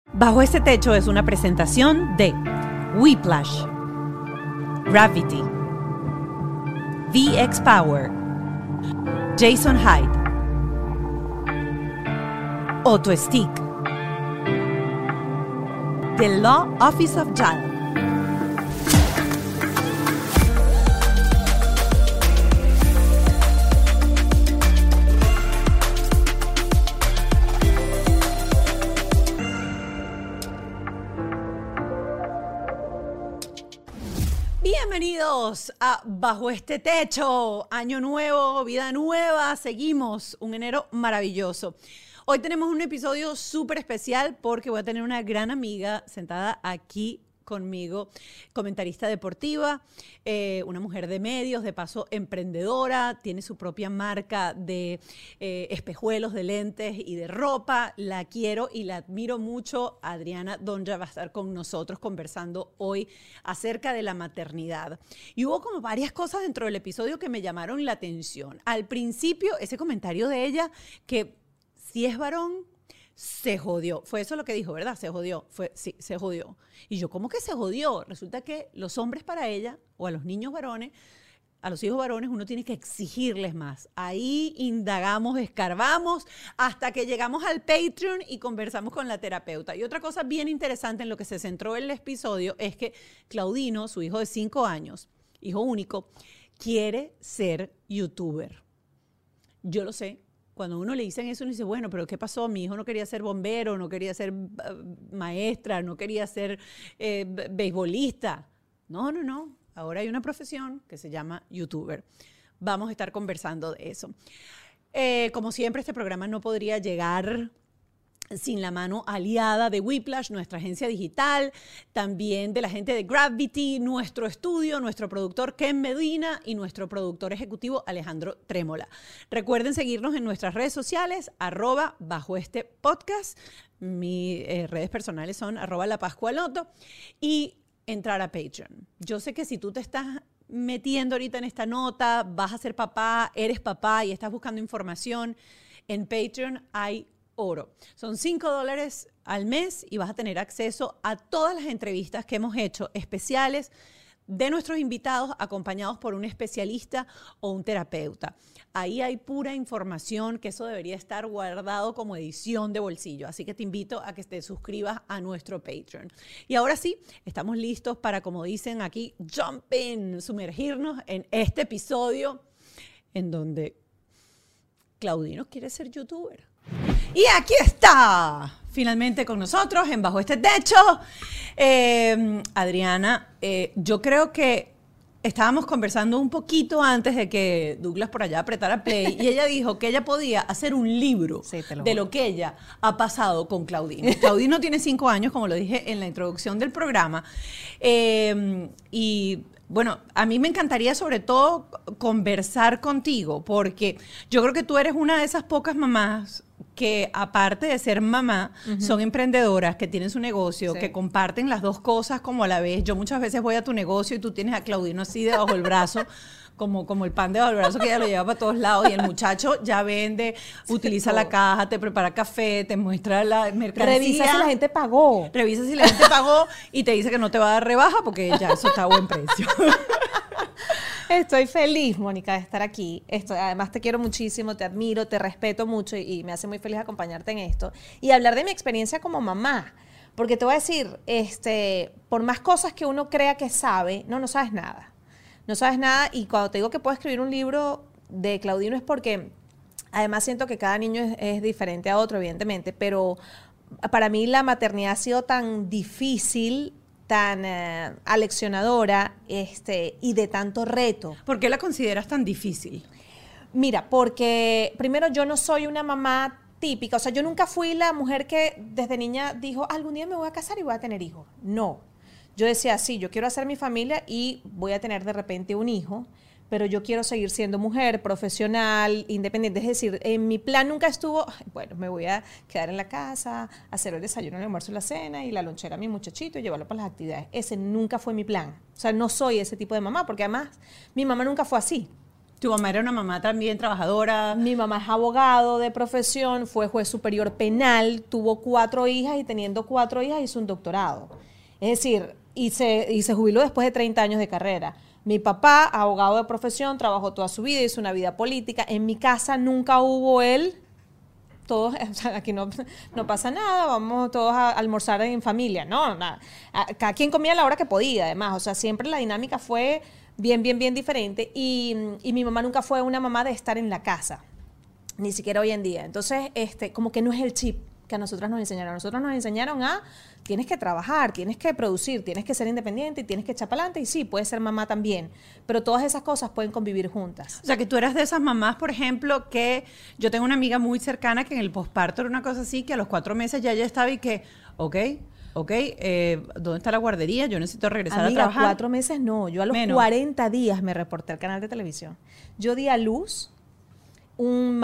Bajo este techo es una presentación de Whiplash, Gravity, VX Power, Jason Hyde, Auto Stick, The Law Office of JAL. Bienvenidos a Bajo este techo, año nuevo, vida nueva, seguimos, un enero maravilloso. Hoy tenemos un episodio súper especial porque voy a tener una gran amiga sentada aquí conmigo, comentarista deportiva, una mujer de medios, de paso emprendedora, tiene su propia marca de espejuelos, de lentes y de ropa. La quiero y la admiro mucho. Adriana Donja va a estar con nosotros conversando hoy acerca de la maternidad. Y hubo como varias cosas dentro del episodio que me llamaron la atención. Al principio, ese comentario de ella que si es varón, se jodió. Fue eso lo que dijo, ¿verdad? Se jodió. Sí, se jodió. Y yo, ¿cómo que se jodió? Resulta que los hombres para ella, o a los niños varones, a los hijos varones, uno tiene que exigirles más. Ahí indagamos, escarbamos, hasta que llegamos al Patreon y conversamos con la terapeuta. Y otra cosa bien interesante en lo que se centró el episodio es que Claudino, su hijo de 5 años, hijo único, quiere ser youtuber. Yo lo sé. Cuando uno le dicen eso, uno dice, bueno, pero ¿qué pasó? Mi hijo no quería ser bombero, no quería ser maestra, no quería ser beisbolista. No. Ahora hay una profesión que se llama youtuber. Vamos a estar conversando de eso. Como siempre, este programa no podría llegar sin la mano aliada de Whiplash, nuestra agencia digital, también de la gente de Gravity, nuestro estudio, nuestro productor Ken Medina y nuestro productor ejecutivo Alejandro Trémola. Recuerden seguirnos en nuestras redes sociales, @bajo este podcast. Mis redes personales son @lapascualoto y entrar a Patreon. Yo sé que si tú te estás metiendo ahorita en esta nota, vas a ser papá, eres papá y estás buscando información, en Patreon hay oro. Son $5 al mes y vas a tener acceso a todas las entrevistas que hemos hecho especiales de nuestros invitados acompañados por un especialista o un terapeuta. Ahí hay pura información que eso debería estar guardado como edición de bolsillo. Así que te invito a que te suscribas a nuestro Patreon. Y ahora sí, estamos listos para, como dicen aquí, jump in, sumergirnos en este episodio en donde Claudino quiere ser youtuber. Y aquí está, finalmente con nosotros, en Bajo este techo, Adriana. Yo creo que estábamos conversando un poquito antes de que Douglas por allá apretara play y ella dijo que ella podía hacer un libro de lo que ella ha pasado con Claudino. Claudino tiene 5 años, como lo dije en la introducción del programa, y bueno, a mí me encantaría sobre todo conversar contigo porque yo creo que tú eres una de esas pocas mamás que aparte de ser mamá, son emprendedoras, que tienen su negocio, que comparten las dos cosas como a la vez. Yo muchas veces voy a tu negocio y tú tienes a Claudino así debajo del brazo, como el pan debajo del brazo que ella lo lleva para todos lados y el muchacho ya vende, utiliza la caja, te prepara café, te muestra la mercancía. Revisa si la gente pagó. Revisa si la gente pagó y te dice que no te va a dar rebaja porque ya eso está a buen precio. Estoy feliz, Mónica, de estar aquí. Además, te quiero muchísimo, te admiro, te respeto mucho y me hace muy feliz acompañarte en esto. Y hablar de mi experiencia como mamá. Porque te voy a decir, por más cosas que uno crea que sabe, no sabes nada. No sabes nada y cuando te digo que puedo escribir un libro de Claudino es porque además siento que cada niño es diferente a otro, evidentemente, pero para mí la maternidad ha sido tan difícil, tan aleccionadora y de tanto reto. ¿Por qué la consideras tan difícil? Mira, porque primero yo no soy una mamá típica, o sea, yo nunca fui la mujer que desde niña dijo, algún día me voy a casar y voy a tener hijos. No, yo decía, sí, yo quiero hacer mi familia y voy a tener de repente un hijo, pero yo quiero seguir siendo mujer, profesional, independiente. Es decir, en mi plan nunca estuvo, bueno, me voy a quedar en la casa, hacer el desayuno, el almuerzo, la cena y la lonchera a mi muchachito y llevarlo para las actividades. Ese nunca fue mi plan. O sea, no soy ese tipo de mamá, porque además mi mamá nunca fue así. ¿Tu mamá era una mamá también trabajadora? Mi mamá es abogado de profesión, fue juez superior penal, tuvo 4 hijas y teniendo 4 hijas hizo un doctorado. Es decir, y se jubiló después de 30 años de carrera. Mi papá, abogado de profesión, trabajó toda su vida, hizo una vida política. En mi casa nunca hubo él. Todos, o sea, aquí no pasa nada, vamos todos a almorzar en familia. No, nada. Cada quien comía a la hora que podía, además. O sea, siempre la dinámica fue bien diferente. Y mi mamá nunca fue una mamá de estar en la casa, ni siquiera hoy en día. Entonces, como que no es el chip que a nosotras nos enseñaron. A nosotros nos enseñaron tienes que trabajar, tienes que producir, tienes que ser independiente y tienes que echar para adelante. Y sí, puedes ser mamá también, pero todas esas cosas pueden convivir juntas. O sea, que tú eras de esas mamás, por ejemplo, que yo tengo una amiga muy cercana que en el posparto era una cosa así, que a los 4 meses ya ella estaba y que, ¿dónde está la guardería? Yo necesito regresar a trabajar. 4 meses no, yo a los 40 días me reporté al canal de televisión. Yo di a luz un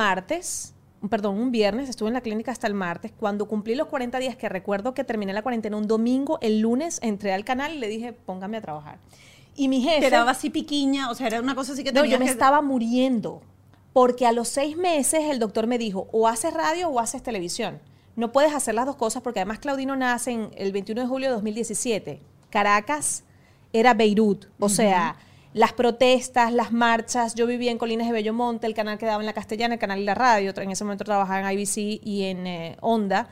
viernes, estuve en la clínica hasta el martes. Cuando cumplí los 40 días, que recuerdo que terminé la cuarentena un domingo, el lunes entré al canal y le dije, póngame a trabajar. Y mi jefe... ¿Te daba así piquiña? O sea, era una cosa así que tenías... No, yo me estaba muriendo. Porque a los 6 meses el doctor me dijo, o haces radio o haces televisión. No puedes hacer las dos cosas porque además Claudino nace el 21 de julio de 2017. Caracas era Beirut. O sea... Las protestas, las marchas, yo vivía en Colinas de Bellomonte, el canal quedaba en La Castellana, el canal y la radio, en ese momento trabajaba en IBC y en Onda,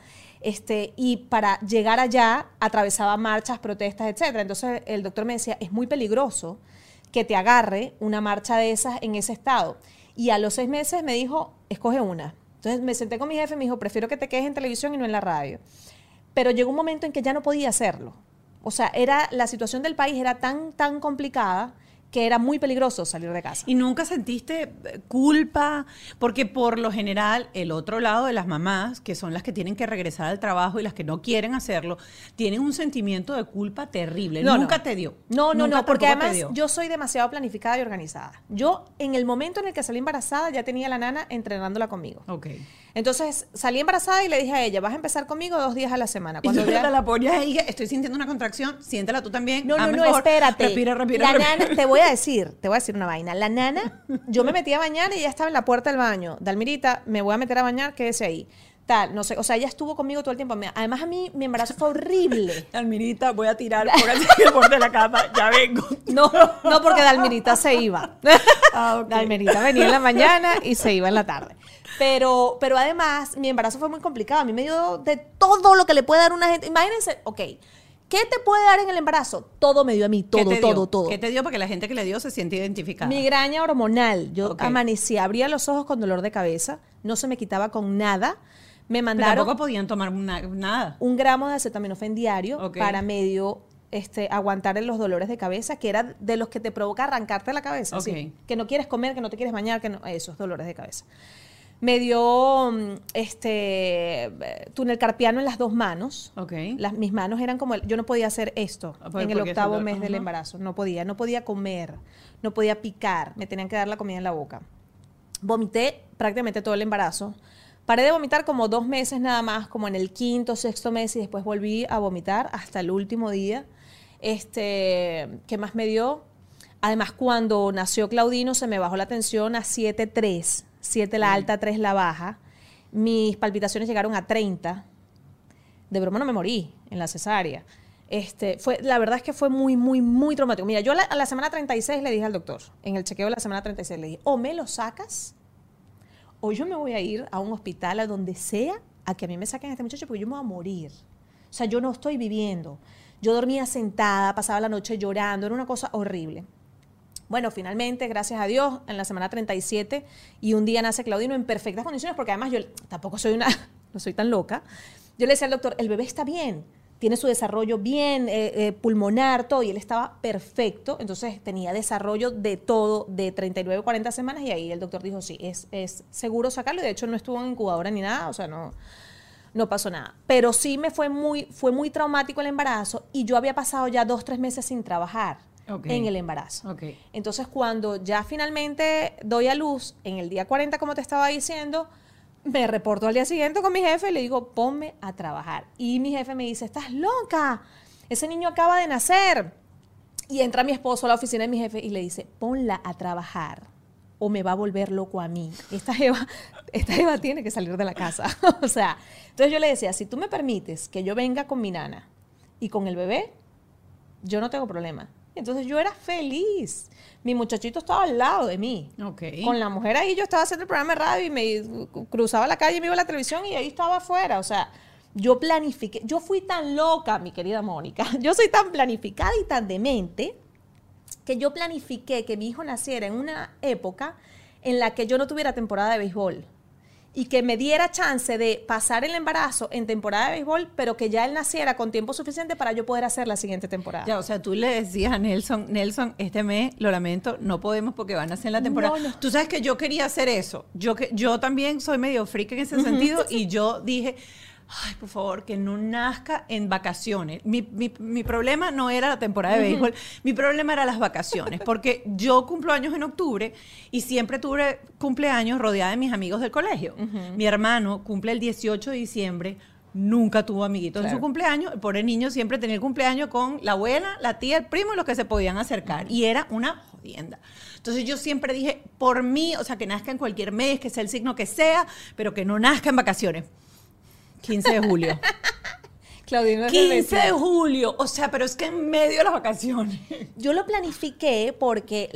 y para llegar allá atravesaba marchas, protestas, etcétera. Entonces el doctor me decía, es muy peligroso que te agarre una marcha de esas en ese estado. Y a los 6 meses me dijo, escoge una. Entonces me senté con mi jefe y me dijo, prefiero que te quedes en televisión y no en la radio. Pero llegó un momento en que ya no podía hacerlo. O sea, la situación del país era tan complicada que era muy peligroso salir de casa. ¿Y nunca sentiste culpa? Porque por lo general, el otro lado de las mamás, que son las que tienen que regresar al trabajo y las que no quieren hacerlo, tienen un sentimiento de culpa terrible. ¿Nunca te dio? No, porque además yo soy demasiado planificada y organizada. Yo, en el momento en el que salí embarazada, ya tenía a la nana entrenándola conmigo. Ok. Entonces, salí embarazada y le dije a ella, vas a empezar conmigo 2 días a la semana. Cuando y tú la ponías ahí, estoy sintiendo una contracción, siéntela tú también. No, espérate. Respira. Nana, te voy a decir una vaina. La nana, yo me metí a bañar y ella estaba en la puerta del baño. Dalmirita, me voy a meter a bañar, quédese ahí. No sé, o sea, ella estuvo conmigo todo el tiempo. Además, a mí, mi embarazo fue horrible. Dalmirita, voy a tirar por el borde de la cama, ya vengo. No, porque Dalmirita se iba. Okay. Dalmirita venía en la mañana y se iba en la tarde. Pero además, mi embarazo fue muy complicado. A mí me dio de todo lo que le puede dar una gente. Imagínense, ¿qué te puede dar en el embarazo? Todo me dio a mí, todo. ¿Qué te dio? Porque la gente que le dio se siente identificada. Migraña hormonal. Yo amanecía, abría los ojos con dolor de cabeza, no se me quitaba con nada. Me mandaron... Pero tampoco podían tomar nada. 1 gramo de acetaminofén diario para medio aguantar los dolores de cabeza, que era de los que te provoca arrancarte la cabeza. ¿Sí? Que no quieres comer, que no te quieres bañar, esos dolores de cabeza. Me dio túnel carpiano en las 2 manos. Mis manos eran como... Yo no podía hacer esto en el 8º mes del embarazo. No podía comer, no podía picar. Me tenían que dar la comida en la boca. Vomité prácticamente todo el embarazo. Paré de vomitar como 2 meses nada más, como en el 5º, 6º mes, y después volví a vomitar hasta el último día. ¿Qué más me dio? Además, cuando nació Claudino, se me bajó la tensión a 7.3. 7 la alta, 3 la baja. Mis palpitaciones llegaron a 30. De broma no me morí en la cesárea. La verdad es que fue muy traumático. Mira, yo a la semana 36 le dije al doctor, en el chequeo de la semana 36, le dije, o me lo sacas, o yo me voy a ir a un hospital, a donde sea, a que a mí me saquen a este muchacho, porque yo me voy a morir. O sea, yo no estoy viviendo. Yo dormía sentada, pasaba la noche llorando, era una cosa horrible. Bueno, finalmente, gracias a Dios, en la semana 37 y un día nace Claudino en perfectas condiciones, porque además yo tampoco no soy tan loca. Yo le decía al doctor, el bebé está bien, tiene su desarrollo bien, pulmonar, todo, y él estaba perfecto. Entonces tenía desarrollo de todo, de 39, 40 semanas, y ahí el doctor dijo, sí, es seguro sacarlo, y de hecho no estuvo en incubadora ni nada, o sea, no pasó nada. Pero sí fue muy traumático el embarazo, y yo había pasado ya 2, 3 meses sin trabajar. En el embarazo. Entonces, cuando ya finalmente doy a luz, en el día 40, como te estaba diciendo, me reporto al día siguiente con mi jefe y le digo, ponme a trabajar. Y mi jefe me dice, ¿estás loca? Ese niño acaba de nacer. Y entra mi esposo a la oficina de mi jefe y le dice, ponla a trabajar. o me va a volver loco a mí. Esta jeva tiene que salir de la casa. O sea, entonces yo le decía, si tú me permites que yo venga con mi nana y con el bebé, yo no tengo problema. Entonces yo era feliz. Mi muchachito estaba al lado de mí. Okay. Con la mujer ahí yo estaba haciendo el programa de radio y me cruzaba la calle y me iba a la televisión y ahí estaba afuera. O sea, yo planifiqué. Yo fui tan loca, mi querida Mónica. Yo soy tan planificada y tan demente que yo planifiqué que mi hijo naciera en una época en la que yo no tuviera temporada de béisbol y que me diera chance de pasar el embarazo en temporada de béisbol, pero que ya él naciera con tiempo suficiente para yo poder hacer la siguiente temporada. Ya, o sea, tú le decías a Nelson, este mes, lo lamento, no podemos porque van a hacer la temporada. No. Tú sabes que yo quería hacer eso. Yo también soy medio freak en ese sentido y yo dije, ay, por favor, que no nazca en vacaciones. Mi problema no era la temporada de béisbol, mi problema era las vacaciones, porque yo cumplo años en octubre y siempre tuve cumpleaños rodeada de mis amigos del colegio. Mi hermano cumple el 18 de diciembre, nunca tuvo amiguitos en su cumpleaños. El pobre niño siempre tenía el cumpleaños con la abuela, la tía, el primo y los que se podían acercar. Y era una jodienda. Entonces yo siempre dije, por mí, o sea, que nazca en cualquier mes, que sea el signo que sea, pero que no nazca en vacaciones. 15 de julio. Claudina, 15 de julio. O sea, pero es que en medio de las vacaciones. Yo lo planifiqué porque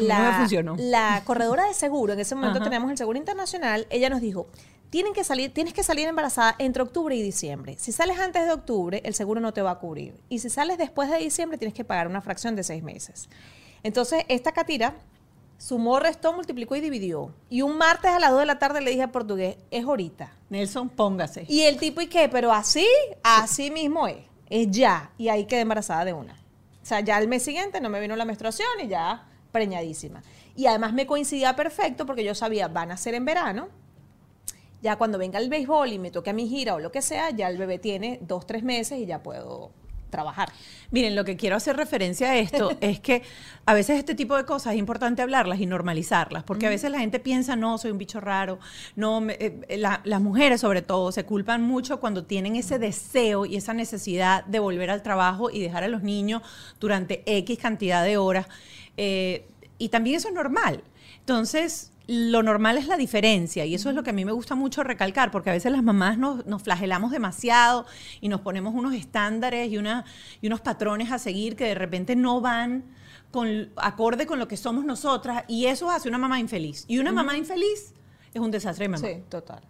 la corredora de seguro, en ese momento teníamos el seguro internacional, ella nos dijo, tienes que salir embarazada entre octubre y diciembre. Si sales antes de octubre, el seguro no te va a cubrir. Y si sales después de diciembre, tienes que pagar una fracción de 6 meses. Entonces, esta catira sumó, restó, multiplicó y dividió. Y un martes a las 2 de la tarde le dije a portugués, es ahorita. Nelson, póngase. Y el tipo, ¿y qué? Pero así mismo es ya. Y ahí quedé embarazada de una. O sea, ya el mes siguiente no me vino la menstruación y ya preñadísima. Y además me coincidía perfecto porque yo sabía, van a ser en verano. Ya cuando venga el béisbol y me toque a mi gira o lo que sea, ya el bebé tiene 2, 3 meses y ya puedo trabajar. Miren, lo que quiero hacer referencia a esto es que a veces este tipo de cosas es importante hablarlas y normalizarlas, porque a veces la gente piensa, no, soy un bicho raro, no, las mujeres sobre todo se culpan mucho cuando tienen ese deseo y esa necesidad de volver al trabajo y dejar a los niños durante X cantidad de horas, y también eso es normal. Entonces, lo normal es la diferencia y eso es lo que a mí me gusta mucho recalcar, porque a veces las mamás nos flagelamos demasiado y nos ponemos unos estándares y unos patrones a seguir que de repente no van acorde con lo que somos nosotras, y eso hace una mamá infeliz. Y una mamá infeliz es un desastre de mamá. Sí, total.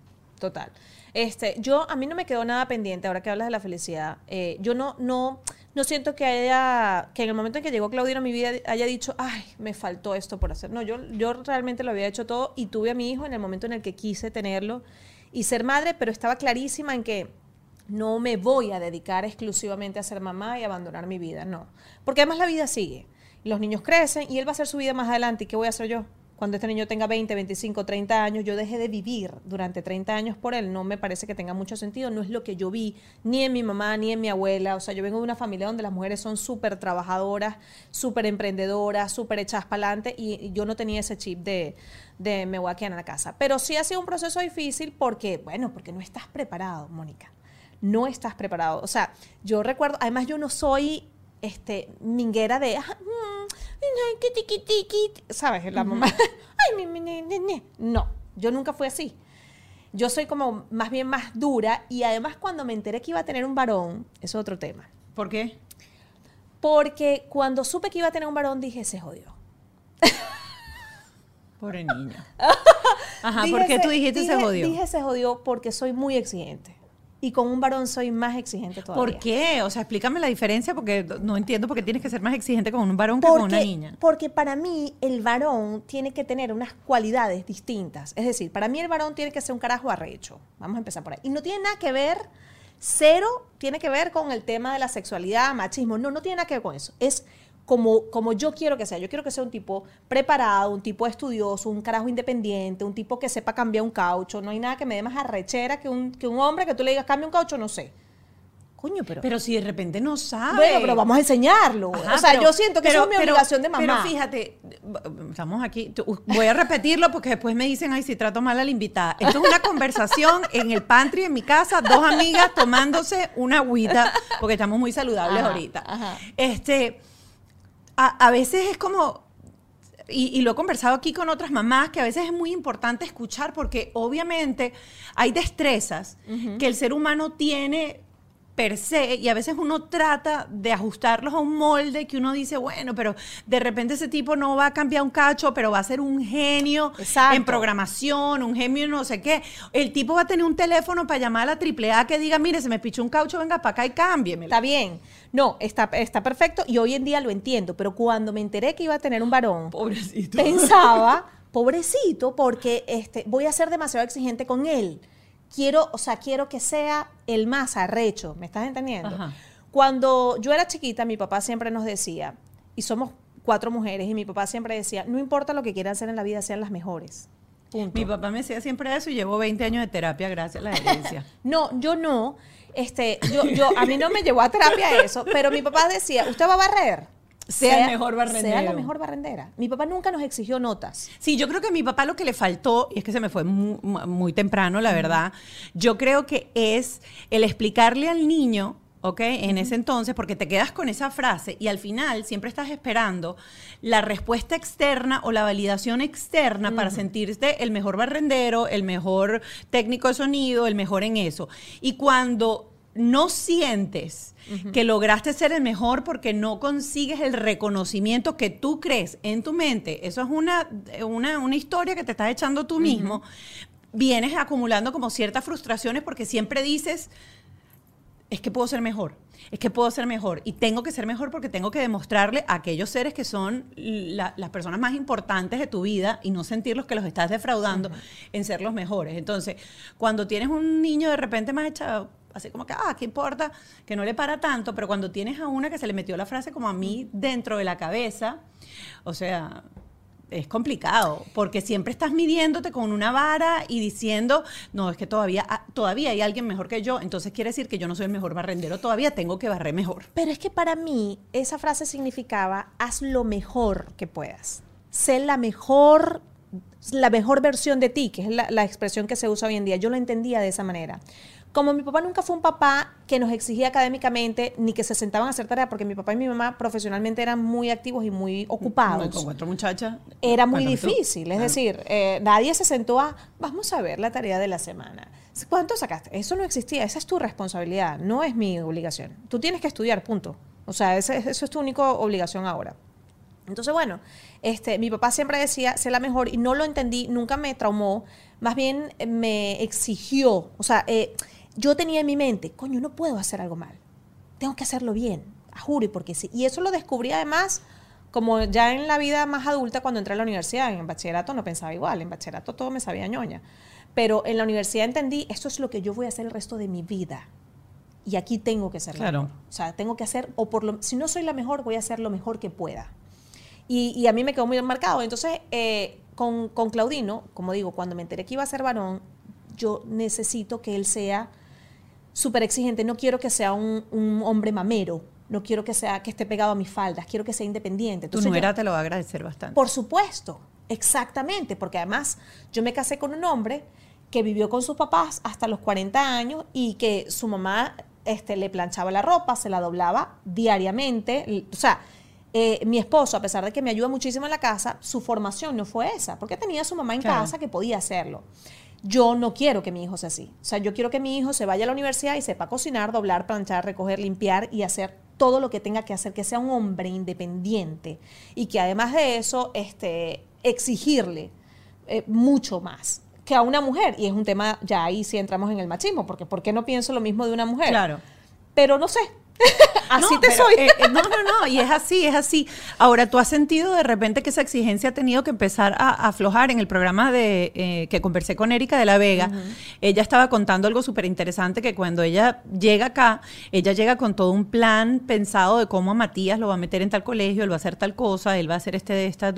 A mí no me quedó nada pendiente, ahora que hablas de la felicidad. Yo no siento que en el momento en que llegó Claudina a mi vida haya dicho, ay, me faltó esto por hacer. No, yo realmente lo había hecho todo y tuve a mi hijo en el momento en el que quise tenerlo y ser madre, pero estaba clarísima en que no me voy a dedicar exclusivamente a ser mamá y abandonar mi vida, no. Porque además la vida sigue. Los niños crecen y él va a hacer su vida más adelante. ¿Y qué voy a hacer yo? Cuando este niño tenga 20, 25, 30 años, yo dejé de vivir durante 30 años por él. No me parece que tenga mucho sentido. No es lo que yo vi ni en mi mamá ni en mi abuela. O sea, yo vengo de una familia donde las mujeres son súper trabajadoras, súper emprendedoras, súper echadas para adelante y yo no tenía ese chip de me voy a quedar en la casa. Pero sí ha sido un proceso difícil porque no estás preparado, Mónica. No estás preparado. O sea, yo recuerdo, además yo no soy minguera de ¿sabes? La mamá, ay, no, yo nunca fui así. Yo soy como más bien más dura y además cuando me enteré que iba a tener un varón, es otro tema. ¿Por qué? Porque cuando supe que iba a tener un varón dije, se jodió. Pobre niña. Ajá, ¿por qué tú dijiste se jodió? Dije se jodió porque soy muy exigente. Y con un varón soy más exigente todavía. ¿Por qué? O sea, explícame la diferencia porque no entiendo por qué tienes que ser más exigente con un varón que con una niña. Porque para mí el varón tiene que tener unas cualidades distintas. Es decir, para mí el varón tiene que ser un carajo arrecho. Vamos a empezar por ahí. Y no tiene nada que ver, cero tiene que ver con el tema de la sexualidad, machismo. No tiene nada que ver con eso. Es como yo quiero que sea. Yo quiero que sea un tipo preparado, un tipo estudioso, un carajo independiente, un tipo que sepa cambiar un caucho. No hay nada que me dé más arrechera que un hombre que tú le digas cambia un caucho, no sé. Coño, pero si de repente no sabe. Bueno, pero vamos a enseñarlo. Ajá, o sea, yo siento que eso es mi obligación de mamá. Pero fíjate, estamos aquí, voy a repetirlo porque después me dicen, ay, si trato mal a la invitada. Esto es una conversación en el pantry en mi casa, 2 amigas tomándose una agüita, porque estamos muy saludables ahorita. Ajá. A veces es como, y lo he conversado aquí con otras mamás, que a veces es muy importante escuchar porque obviamente hay destrezas que el ser humano tiene per se, y a veces uno trata de ajustarlos a un molde que uno dice, bueno, pero de repente ese tipo no va a cambiar un cacho, pero va a ser un genio en programación, un genio en no sé qué. El tipo va a tener un teléfono para llamar a la AAA que diga, mire, se me pichó un caucho, venga para acá y cámbiemelo. Está bien. No, está perfecto y hoy en día lo entiendo, pero cuando me enteré que iba a tener un varón, pobrecito, pensaba, pobrecito, porque voy a ser demasiado exigente con él. Quiero que sea el más arrecho, ¿me estás entendiendo? Ajá. Cuando yo era chiquita, mi papá siempre nos decía, y somos 4 mujeres, y mi papá siempre decía, no importa lo que quieran hacer en la vida, sean las mejores. Punto. Mi papá me decía siempre eso y llevo 20 años de terapia gracias a la herencia. No, yo no. A mí no me llevó a terapia eso, pero mi papá decía, ¿usted va a barrer? Sea el mejor barrendero. Sea la mejor barrendera. Mi papá nunca nos exigió notas. Sí, yo creo que a mi papá lo que le faltó, y es que se me fue muy temprano, la verdad, yo creo que es el explicarle al niño, ¿ok? En ese entonces, porque te quedas con esa frase y al final siempre estás esperando la respuesta externa o la validación externa para sentirte el mejor barrendero, el mejor técnico de sonido, el mejor en eso. Y cuando no sientes que lograste ser el mejor porque no consigues el reconocimiento que tú crees en tu mente, eso es una historia que te estás echando tú mismo, vienes acumulando como ciertas frustraciones porque siempre dices, es que puedo ser mejor, es que puedo ser mejor y tengo que ser mejor porque tengo que demostrarle a aquellos seres que son las personas más importantes de tu vida y no sentirlos que los estás defraudando en ser los mejores. Entonces, cuando tienes un niño de repente más echado, así como que, ¿qué importa? Que no le para tanto, pero cuando tienes a una que se le metió la frase como a mí dentro de la cabeza, o sea, es complicado, porque siempre estás midiéndote con una vara y diciendo, no, es que todavía hay alguien mejor que yo, entonces quiere decir que yo no soy el mejor barrendero, todavía tengo que barrer mejor. Pero es que para mí esa frase significaba, haz lo mejor que puedas. Sé la mejor versión de ti, que es la expresión que se usa hoy en día. Yo lo entendía de esa manera. Como mi papá nunca fue un papá que nos exigía académicamente, ni que se sentaban a hacer tarea, porque mi papá y mi mamá profesionalmente eran muy activos y muy ocupados. Con 4 muchachas. Era muy difícil, es decir, nadie se sentó vamos a ver la tarea de la semana. ¿Cuánto sacaste? Eso no existía, esa es tu responsabilidad, no es mi obligación. Tú tienes que estudiar, punto. O sea, eso es tu única obligación ahora. Entonces, bueno, mi papá siempre decía, sé la mejor, y no lo entendí, nunca me traumó, más bien me exigió, o sea, yo tenía en mi mente, coño, no puedo hacer algo mal, tengo que hacerlo bien, juro, y porque sí. Y eso lo descubrí además, como ya en la vida más adulta, cuando entré a la universidad. En bachillerato no pensaba igual, en bachillerato todo me sabía ñoña, pero en la universidad entendí, esto es lo que yo voy a hacer el resto de mi vida. Y aquí tengo que ser la mejor. O sea, tengo que hacer, si no soy la mejor, voy a hacer lo mejor que pueda. Y a mí me quedó muy marcado. Entonces, con Claudino, como digo, cuando me enteré que iba a ser varón, yo necesito que él sea súper exigente. No quiero que sea un hombre mamero. No quiero que esté pegado a mis faldas. Quiero que sea independiente. Entonces, tu nuera te lo va a agradecer bastante. Por supuesto, exactamente. Porque además yo me casé con un hombre que vivió con sus papás hasta los 40 años y que su mamá le planchaba la ropa, se la doblaba diariamente. O sea, mi esposo, a pesar de que me ayuda muchísimo en la casa, su formación no fue esa, porque tenía a su mamá en casa que podía hacerlo. Yo no quiero que mi hijo sea así. O sea, yo quiero que mi hijo se vaya a la universidad y sepa cocinar, doblar, planchar, recoger, limpiar y hacer todo lo que tenga que hacer, que sea un hombre independiente y que además de eso, exigirle mucho más que a una mujer. Y es un tema, ya ahí sí entramos en el machismo, porque ¿por qué no pienso lo mismo de una mujer? Claro. Pero no sé. Así no, te soy. No, y es así, es así. Ahora, ¿tú has sentido de repente que esa exigencia ha tenido que empezar a aflojar? En el programa que conversé con Erika de la Vega, ella estaba contando algo súper interesante, que cuando ella llega acá, ella llega con todo un plan pensado de cómo a Matías lo va a meter en tal colegio, él va a hacer tal cosa, él va a hacer esto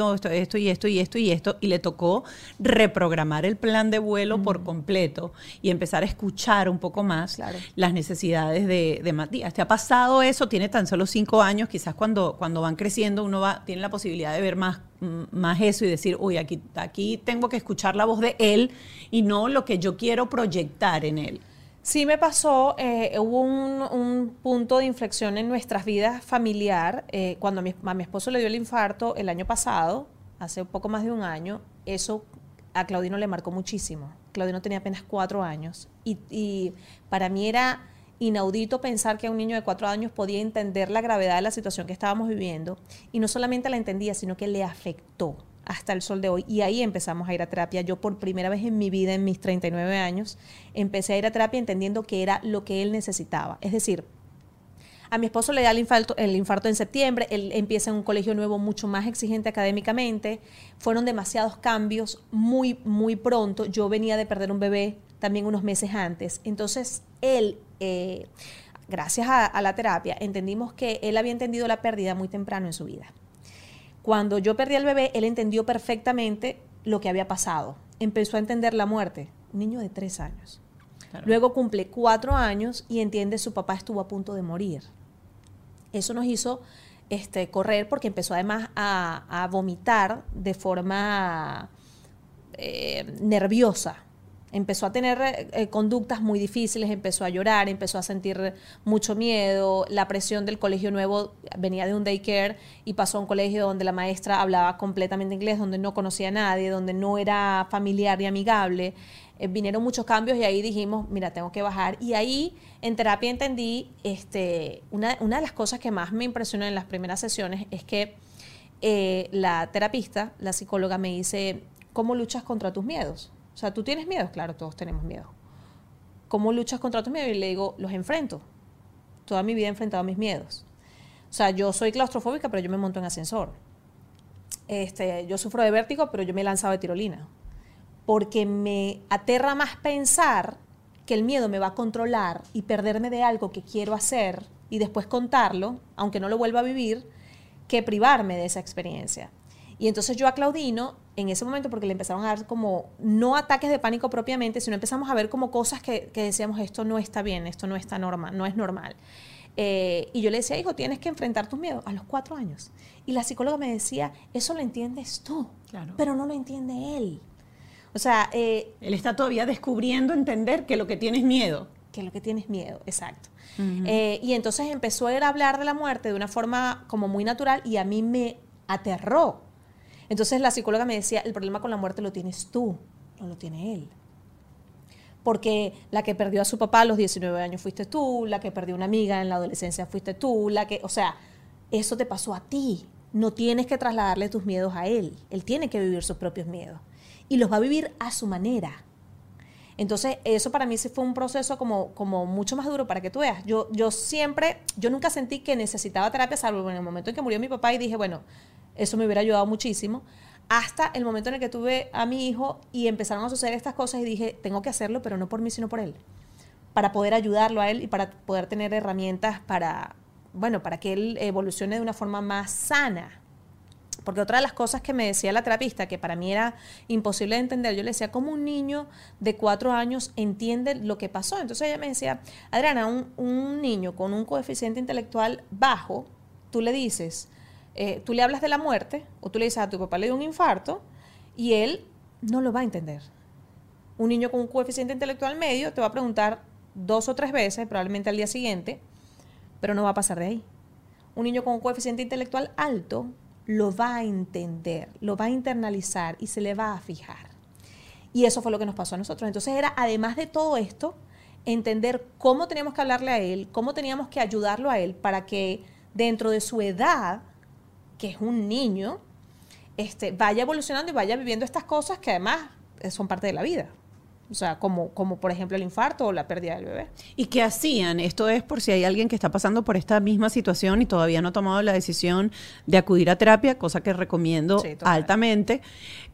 y esto, y le tocó reprogramar el plan de vuelo por completo y empezar a escuchar un poco más las necesidades de Matías. ¿Te ha pasado eso? Tiene tan solo 5 años, quizás cuando van creciendo uno tiene la posibilidad de ver más eso y decir, uy, aquí tengo que escuchar la voz de él y no lo que yo quiero proyectar en él. Sí me pasó, hubo un punto de inflexión en nuestras vidas familiar cuando a mi esposo le dio el infarto el año pasado, hace poco más de un año, eso a Claudino le marcó muchísimo. Claudino tenía apenas 4 años y para mí era inaudito pensar que un niño de 4 años podía entender la gravedad de la situación que estábamos viviendo, y no solamente la entendía, sino que le afectó hasta el sol de hoy. Y ahí empezamos a ir a terapia. Yo por primera vez en mi vida, en mis 39 años, empecé a ir a terapia entendiendo que era lo que él necesitaba. Es decir, a mi esposo le da el infarto en septiembre, él empieza en un colegio nuevo mucho más exigente académicamente, fueron demasiados cambios muy, muy pronto. Yo venía de perder un bebé también unos meses antes. Entonces, él, gracias a la terapia, entendimos que él había entendido la pérdida muy temprano en su vida. Cuando yo perdí al bebé, él entendió perfectamente lo que había pasado. Empezó a entender la muerte. Un niño de 3 años. Claro. Luego cumple 4 años y entiende su papá estuvo a punto de morir. Eso nos hizo correr, porque empezó además a vomitar de forma nerviosa. Empezó a tener conductas muy difíciles, empezó a llorar, empezó a sentir mucho miedo. La presión del colegio nuevo, venía de un daycare y pasó a un colegio donde la maestra hablaba completamente inglés, donde no conocía a nadie, donde no era familiar y amigable. Vinieron muchos cambios y ahí dijimos, mira, tengo que bajar. Y ahí en terapia entendí, una de las cosas que más me impresionó en las primeras sesiones es que la terapista, la psicóloga, me dice, ¿cómo luchas contra tus miedos? O sea, ¿tú tienes miedos? Claro, todos tenemos miedo. ¿Cómo luchas contra tus miedos? Y le digo, los enfrento. Toda mi vida he enfrentado mis miedos. O sea, yo soy claustrofóbica, pero yo me monto en ascensor. Yo sufro de vértigo, pero yo me he lanzado de tirolina. Porque me aterra más pensar que el miedo me va a controlar y perderme de algo que quiero hacer y después contarlo, aunque no lo vuelva a vivir, que privarme de esa experiencia. Y entonces yo a Claudino, en ese momento, porque le empezaron a dar como, no ataques de pánico propiamente, sino empezamos a ver como cosas que decíamos, esto no está bien, esto no está normal, no es normal. Y yo le decía, hijo, tienes que enfrentar tus miedos a los 4 años. Y la psicóloga me decía, eso lo entiendes tú, claro, pero no lo entiende él. O sea, él está todavía descubriendo entender que lo que tiene es miedo. Que lo que tiene es miedo, exacto. Uh-huh. Y entonces empezó a hablar de la muerte de una forma como muy natural y a mí me aterró. Entonces la psicóloga me decía, el problema con la muerte lo tienes tú, no lo tiene él. Porque la que perdió a su papá a los 19 años fuiste tú, la que perdió una amiga en la adolescencia fuiste tú, o sea, eso te pasó a ti. No tienes que trasladarle tus miedos a él. Él tiene que vivir sus propios miedos. Y los va a vivir a su manera. Entonces, eso para mí sí fue un proceso como mucho más duro, para que tú veas. Yo nunca sentí que necesitaba terapia, salvo en el momento en que murió mi papá y dije, bueno, eso me hubiera ayudado muchísimo, hasta el momento en el que tuve a mi hijo y empezaron a suceder estas cosas y dije, tengo que hacerlo, pero no por mí, sino por él, para poder ayudarlo a él y para poder tener herramientas para que él evolucione de una forma más sana. Porque otra de las cosas que me decía la terapista, que para mí era imposible de entender, yo le decía, ¿cómo un niño de 4 años entiende lo que pasó? Entonces ella me decía, Adriana, un niño con un coeficiente intelectual bajo, tú le dices, tú le hablas de la muerte, o tú le dices a tu papá le dio un infarto, y él no lo va a entender. Un niño con un coeficiente intelectual medio te va a preguntar 2 o 3 veces, probablemente al día siguiente, pero no va a pasar de ahí. Un niño con un coeficiente intelectual alto lo va a entender, lo va a internalizar y se le va a fijar. Y eso fue lo que nos pasó a nosotros. Entonces era, además de todo esto, entender cómo teníamos que hablarle a él, cómo teníamos que ayudarlo a él para que dentro de su edad, que es un niño, vaya evolucionando y vaya viviendo estas cosas que además son parte de la vida. O sea, como por ejemplo el infarto o la pérdida del bebé. ¿Y qué hacían? Esto es por si hay alguien que está pasando por esta misma situación y todavía no ha tomado la decisión de acudir a terapia, cosa que recomiendo altamente.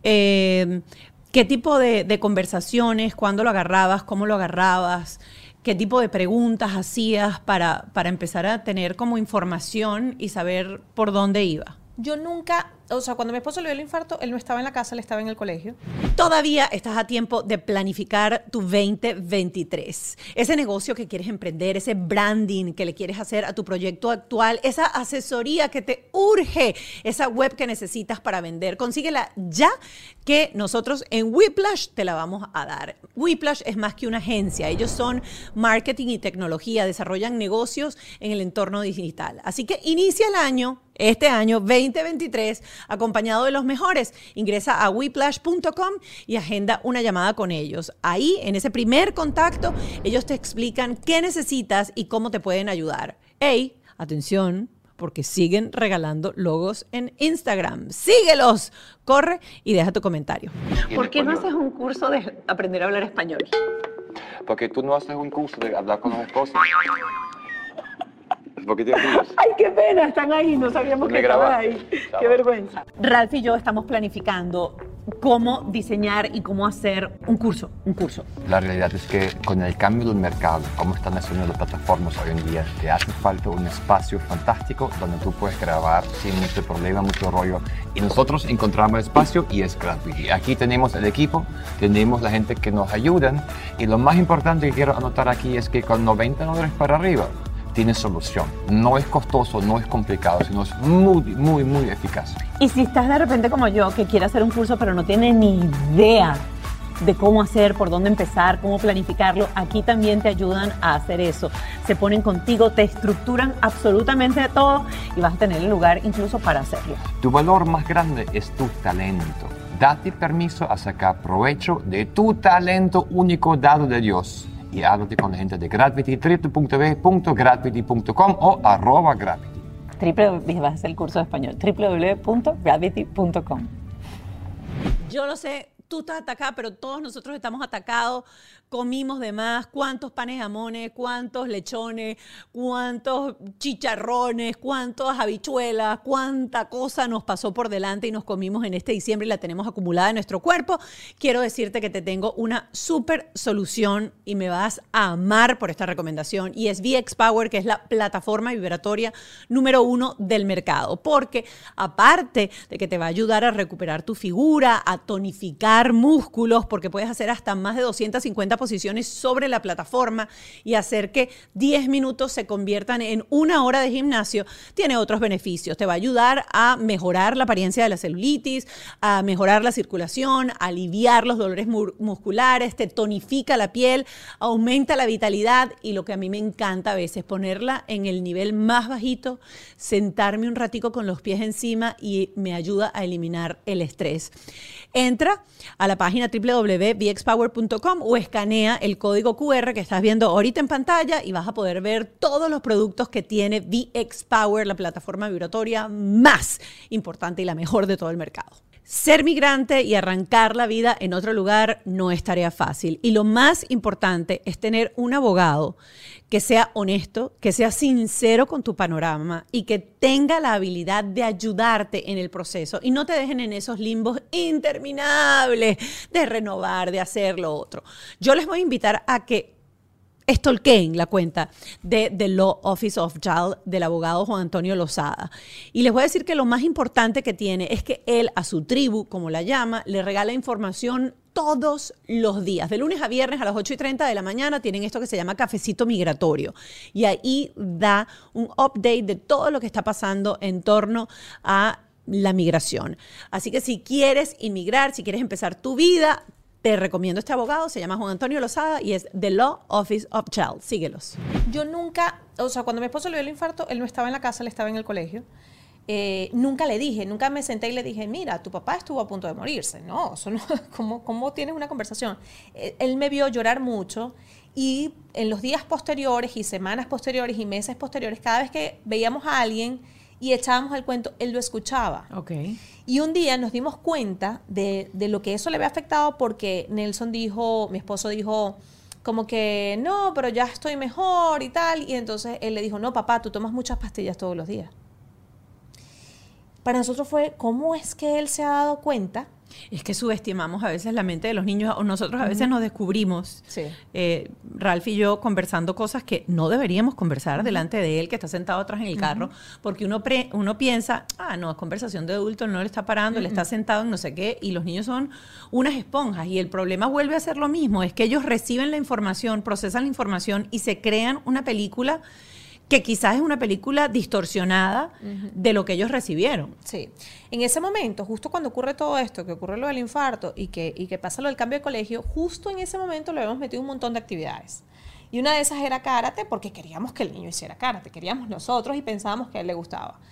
¿Qué tipo de conversaciones? ¿Cuándo lo agarrabas? ¿Cómo lo agarrabas? ¿Qué tipo de preguntas hacías para empezar a tener como información y saber por dónde iba? Yo nunca, o sea, cuando mi esposo le dio el infarto, él no estaba en la casa, él estaba en el colegio. Todavía estás a tiempo de planificar tu 2023. Ese negocio que quieres emprender, ese branding que le quieres hacer a tu proyecto actual, esa asesoría que te urge, esa web que necesitas para vender. Consíguela ya, que nosotros en Whiplash te la vamos a dar. Whiplash es más que una agencia. Ellos son marketing y tecnología, desarrollan negocios en el entorno digital. Así que inicia el año este año 2023 acompañado de los mejores. Ingresa a whiplash.com y agenda una llamada con ellos. Ahí, en ese primer contacto, ellos te explican qué necesitas y cómo te pueden ayudar. ¡Ey! Atención, porque siguen regalando logos en Instagram. ¡Síguelos! Corre y deja tu comentario. ¿Por qué no haces un curso de aprender a hablar español? Porque tú no haces un curso de hablar con los esposos. ¿Por qué te ríes? ¡Ay, qué pena! Están ahí, no sabíamos que estaban ahí. Chao. ¡Qué vergüenza! Ralph y yo estamos planificando cómo diseñar y cómo hacer un curso. La realidad es que con el cambio del mercado, cómo están haciendo las plataformas hoy en día, te hace falta un espacio fantástico donde tú puedes grabar sin mucho problema, mucho rollo. Y nosotros encontramos el espacio y es gratuito. Aquí tenemos el equipo, tenemos la gente que nos ayudan. Y lo más importante que quiero anotar aquí es que con $90 para arriba, tiene solución. No es costoso, no es complicado, sino es muy eficaz. Y si estás de repente como yo, que quiere hacer un curso pero no tiene ni idea de cómo hacer, por dónde empezar, cómo planificarlo, aquí también te ayudan a hacer eso. Se ponen contigo, te estructuran absolutamente todo y vas a tener el lugar incluso para hacerlo. Tu valor más grande es tu talento. Date permiso a sacar provecho de tu talento único dado de Dios. Y háblate con la gente de Gravity, www.gravity.com o @gravity. Vas a hacer el curso de español, www.gravity.com. Yo lo sé, tú estás atacada, pero todos nosotros estamos atacados. Comimos de más, cuántos panes y jamones, cuántos lechones, cuántos chicharrones, cuántas habichuelas, cuánta cosa nos pasó por delante y nos comimos en este diciembre y la tenemos acumulada en nuestro cuerpo. Quiero decirte que te tengo una súper solución y me vas a amar por esta recomendación, y es VX Power, que es la plataforma vibratoria número 1 del mercado, porque aparte de que te va a ayudar a recuperar tu figura, a tonificar músculos, porque puedes hacer hasta más de 250 posiciones sobre la plataforma y hacer que 10 minutos se conviertan en 1 hora de gimnasio, tiene otros beneficios. Te va a ayudar a mejorar la apariencia de la celulitis, a mejorar la circulación, a aliviar los dolores musculares, te tonifica la piel, aumenta la vitalidad y lo que a mí me encanta a veces, ponerla en el nivel más bajito, sentarme un ratico con los pies encima y me ayuda a eliminar el estrés. Entra a la página www.vxpower.com o escanea el código QR que estás viendo ahorita en pantalla y vas a poder ver todos los productos que tiene VX Power, la plataforma vibratoria más importante y la mejor de todo el mercado. Ser migrante y arrancar la vida en otro lugar no es tarea fácil. Y lo más importante es tener un abogado que sea honesto, que sea sincero con tu panorama y que tenga la habilidad de ayudarte en el proceso y no te dejen en esos limbos interminables de renovar, de hacer lo otro. Yo les voy a invitar a que stalkeen la cuenta de The Law Office of JAL del abogado Juan Antonio Lozada. Y les voy a decir que lo más importante que tiene es que él a su tribu, como la llama, le regala información todos los días. De lunes a viernes a las 8:30 de la mañana tienen esto que se llama Cafecito Migratorio. Y ahí da un update de todo lo que está pasando en torno a la migración. Así que si quieres inmigrar, si quieres empezar tu vida, te recomiendo este abogado, se llama Juan Antonio Lozada y es The Law Office of Child. Síguelos. Yo nunca, o sea, cuando mi esposo le dio el infarto, él no estaba en la casa, él estaba en el colegio. Nunca le dije, nunca me senté y le dije, mira, tu papá estuvo a punto de morirse. No, eso no, ¿cómo tienes una conversación? Él me vio llorar mucho y en los días posteriores y semanas posteriores y meses posteriores, cada vez que veíamos a alguien y echábamos el cuento, él lo escuchaba. Okay. Y un día nos dimos cuenta de lo que eso le había afectado porque Nelson dijo, mi esposo dijo, como que no, pero ya estoy mejor y tal. Y entonces él le dijo, no, papá, tú tomas muchas pastillas todos los días. Para nosotros fue, ¿cómo es que él se ha dado cuenta? Es que subestimamos a veces la mente de los niños, o nosotros a veces nos descubrimos, sí. Ralph y yo, conversando cosas que no deberíamos conversar delante de él, que está sentado atrás en el carro, porque uno piensa, no, es conversación de adulto, no le está parando, él está sentado en no sé qué, y los niños son unas esponjas, y el problema vuelve a ser lo mismo, es que ellos reciben la información, procesan la información y se crean una película que quizás es una película distorsionada de lo que ellos recibieron. Sí. En ese momento, justo cuando ocurre todo esto, que ocurre lo del infarto y que pasa lo del cambio de colegio, justo en ese momento le habíamos metido un montón de actividades. Y una de esas era karate, porque queríamos que el niño hiciera karate, queríamos nosotros y pensábamos que a él le gustaba.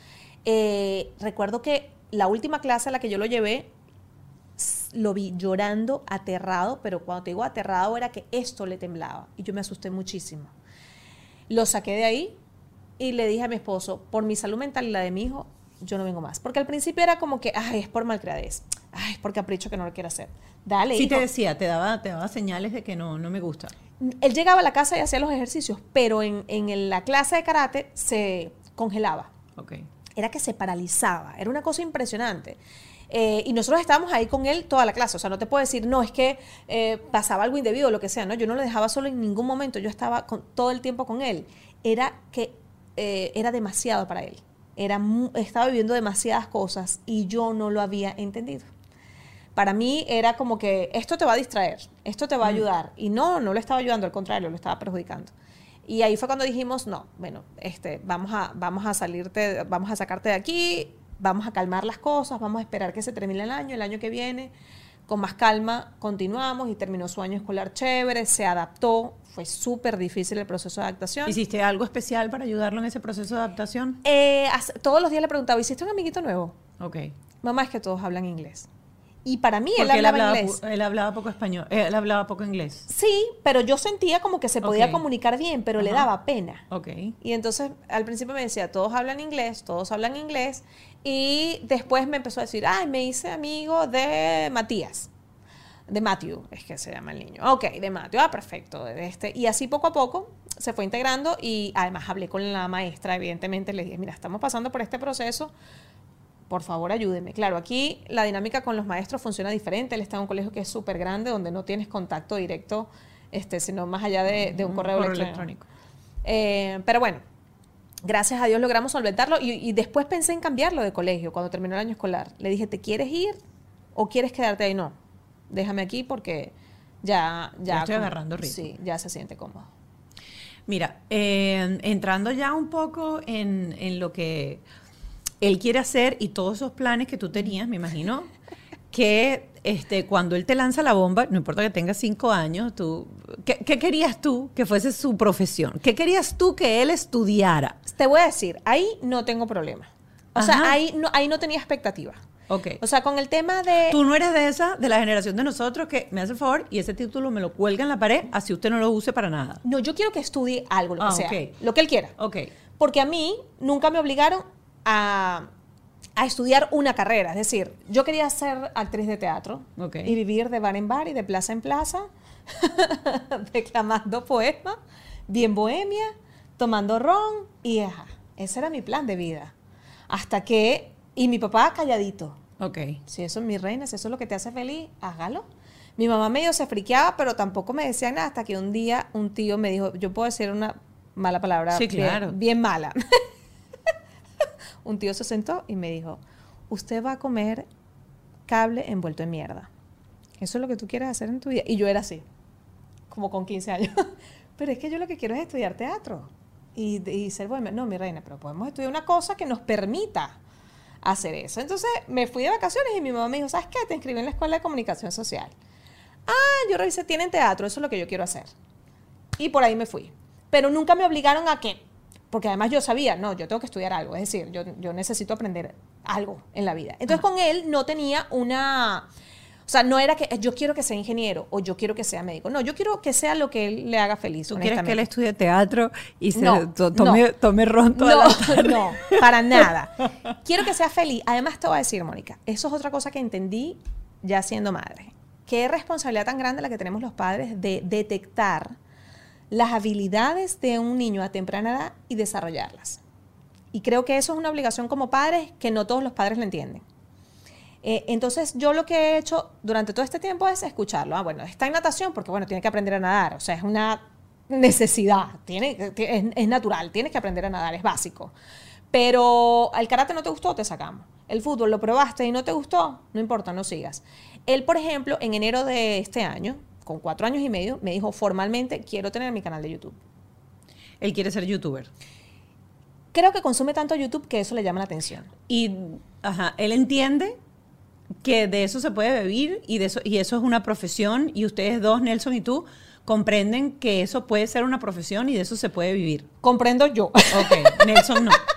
Recuerdo que la última clase a la que yo lo llevé, lo vi llorando, aterrado, pero cuando te digo aterrado era que esto le temblaba y yo me asusté muchísimo. Lo saqué de ahí y le dije a mi esposo, por mi salud mental y la de mi hijo, yo no vengo más. Porque al principio era como que, ay, es por malcriadez, ay, es por capricho que no lo quiero hacer. Dale, Sí hijo. te decía, te daba señales de que no me gusta. Él llegaba a la casa y hacía los ejercicios, pero en la clase de karate se congelaba. Ok. Era que se paralizaba, era una cosa impresionante. Y nosotros estábamos ahí con él toda la clase, o sea, no te puedo decir, no, es que pasaba algo indebido o lo que sea, ¿no? Yo no lo dejaba solo en ningún momento, yo estaba todo el tiempo con él. Era que era demasiado para él, estaba viviendo demasiadas cosas y yo no lo había entendido. Para mí era como que esto te va a distraer, esto te va a ayudar, y no lo estaba ayudando, al contrario, lo estaba perjudicando. Y ahí fue cuando dijimos, no, bueno, vamos a sacarte de aquí, vamos a calmar las cosas, vamos a esperar que se termine el año que viene, con más calma continuamos y terminó su año escolar chévere, se adaptó, fue súper difícil el proceso de adaptación. ¿Hiciste algo especial para ayudarlo en ese proceso de adaptación? Todos los días le preguntaba, ¿hiciste un amiguito nuevo? Ok. Mamá, es que todos hablan inglés. Y para mí Porque él hablaba inglés. Él hablaba poco español, él hablaba poco inglés. Sí, pero yo sentía como que se podía Ok. comunicar bien, pero le Ajá. daba pena. Ok. Y entonces al principio me decía, todos hablan inglés. Y después me empezó a decir, ay, me hice amigo de Matías. De Matthew, es que se llama el niño. Ok, de Matthew, perfecto. Y así poco a poco se fue integrando y además hablé con la maestra, evidentemente, le dije, mira, estamos pasando por este proceso, por favor ayúdeme. Claro, aquí la dinámica con los maestros funciona diferente. Él está en un colegio que es súper grande, donde no tienes contacto directo, sino más allá de un correo electrónico. Pero bueno, gracias a Dios logramos solventarlo y después pensé en cambiarlo de colegio cuando terminó el año escolar. Le dije, ¿te quieres ir o quieres quedarte ahí? No, déjame aquí porque ya estoy agarrando ritmo. Sí, ya se siente cómodo. Mira, entrando ya un poco en lo que él quiere hacer y todos esos planes que tú tenías, me imagino, que cuando él te lanza la bomba, no importa que tengas 5 años, ¿qué querías tú que fuese su profesión? ¿Qué querías tú que él estudiara? Te voy a decir, ahí no tengo problema. O Ajá. sea, ahí no tenía expectativa. Ok. O sea, con el tema de... Tú no eres de la generación de nosotros que me hace el favor y ese título me lo cuelga en la pared, así usted no lo use para nada. No, yo quiero que estudie algo, lo que sea. Ok. Lo que él quiera. Ok. Porque a mí nunca me obligaron a estudiar una carrera. Es decir, yo quería ser actriz de teatro Ok. y vivir de bar en bar y de plaza en plaza, declamando poemas, bien bohemia, tomando ron y ese era mi plan de vida. Hasta que... Y mi papá calladito. Ok. Si eso es mi reina, si eso es lo que te hace feliz, hágalo. Mi mamá medio se friqueaba, pero tampoco me decía nada hasta que un día un tío me dijo, yo puedo decir una mala palabra, Sí, claro. bien mala. Un tío se sentó y me dijo, usted va a comer cable envuelto en mierda. ¿Eso es lo que tú quieres hacer en tu vida? Y yo era así, como con 15 años. Pero es que yo lo que quiero es estudiar teatro y ser buena. No, mi reina, pero podemos estudiar una cosa que nos permita hacer eso. Entonces me fui de vacaciones y mi mamá me dijo, ¿sabes qué? Te inscribí en la Escuela de Comunicación Social. Yo revisé, tienen teatro, eso es lo que yo quiero hacer. Y por ahí me fui. Pero nunca me obligaron a que, porque además yo sabía, no, yo tengo que estudiar algo, es decir, yo necesito aprender algo en la vida. Entonces con él no tenía una... O sea, no era que yo quiero que sea ingeniero o yo quiero que sea médico. No, yo quiero que sea lo que él le haga feliz. ¿Tú quieres que él estudie teatro y tome ron toda la tarde? No, para nada. Quiero que sea feliz. Además te voy a decir, Mónica, eso es otra cosa que entendí ya siendo madre. Qué responsabilidad tan grande la que tenemos los padres de detectar las habilidades de un niño a temprana edad y desarrollarlas. Y creo que eso es una obligación como padres que no todos los padres lo entienden. Entonces, yo lo que he hecho durante todo este tiempo es escucharlo. Bueno, está en natación porque, bueno, tiene que aprender a nadar. O sea, es una necesidad. Es natural. Tienes que aprender a nadar. Es básico. Pero el karate no te gustó, te sacamos. El fútbol lo probaste y no te gustó, no importa, no sigas. Él, por ejemplo, en enero de este año, con 4 años y medio, me dijo formalmente, quiero tener mi canal de YouTube. Él quiere ser youtuber. Creo que consume tanto YouTube que eso le llama la atención. Y él entiende que de eso se puede vivir y eso es una profesión y ustedes dos, Nelson y tú, comprenden que eso puede ser una profesión y de eso se puede vivir. Comprendo yo. Ok, Nelson no.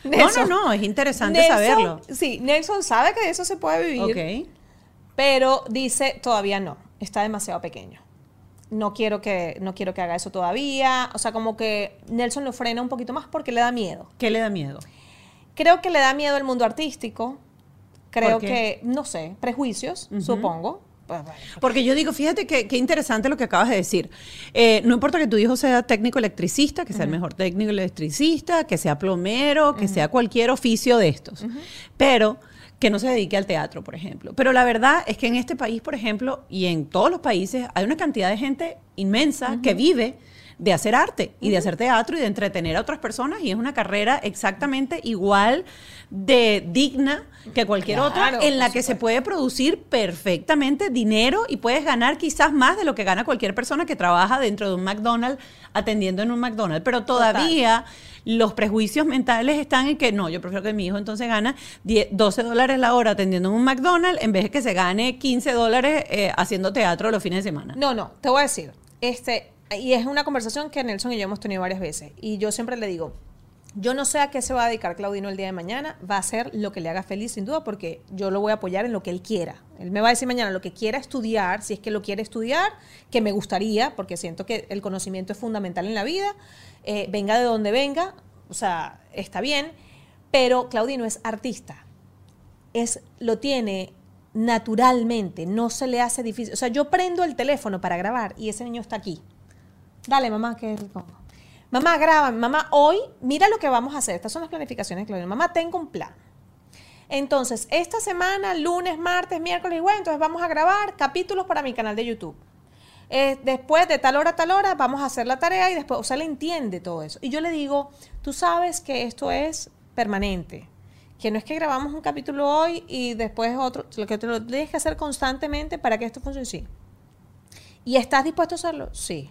Nelson- No, es interesante Nelson- saberlo. Sí, Nelson sabe que de eso se puede vivir, Ok. pero dice todavía no, está demasiado pequeño. No quiero que haga eso todavía. O sea, como que Nelson lo frena un poquito más porque le da miedo. ¿Qué le da miedo? Creo que le da miedo el mundo artístico. Creo ¿Por qué? que, no sé, prejuicios, supongo. Pues, bueno. Porque yo digo, fíjate qué interesante lo que acabas de decir. No importa que tu hijo sea técnico electricista, que sea el mejor técnico electricista, que sea plomero, que sea cualquier oficio de estos. Pero que no se dedique al teatro, por ejemplo. Pero la verdad es que en este país, por ejemplo, y en todos los países, hay una cantidad de gente inmensa que vive de hacer arte y de hacer teatro y de entretener a otras personas, y es una carrera exactamente igual de digna que cualquier Claro, otra, en la por que se supuesto. puede producir perfectamente dinero y puedes ganar quizás más de lo que gana cualquier persona que trabaja dentro de un McDonald's atendiendo en un McDonald's. Pero todavía los prejuicios mentales están en que no, yo prefiero que mi hijo entonces gana $12 la hora atendiendo en un McDonald's en vez de que se gane $15 haciendo teatro los fines de semana. No, te voy a decir. Y es una conversación que Nelson y yo hemos tenido varias veces. Y yo siempre le digo, yo no sé a qué se va a dedicar Claudino el día de mañana. Va a hacer lo que le haga feliz, sin duda, porque yo lo voy a apoyar en lo que él quiera. Él me va a decir mañana lo que quiera estudiar, si es que lo quiere estudiar, que me gustaría, porque siento que el conocimiento es fundamental en la vida. Venga de donde venga, o sea, está bien. Pero Claudino es artista. Lo tiene naturalmente, no se le hace difícil. O sea, yo prendo el teléfono para grabar y ese niño está aquí. Dale, mamá, ¿qué pongo? Mamá, graba. Mamá, hoy, mira lo que vamos a hacer. Estas son las planificaciones, Claudia. Mamá, tengo un plan. Entonces, esta semana, lunes, martes, miércoles, bueno, entonces vamos a grabar capítulos para mi canal de YouTube. Después de tal hora a tal hora, vamos a hacer la tarea y después, o sea, le entiende todo eso. Y yo le digo, tú sabes que esto es permanente. Que no es que grabamos un capítulo hoy y después otro. Lo que te lo tienes que hacer constantemente para que esto funcione. Sí. ¿Y estás dispuesto a hacerlo? Sí.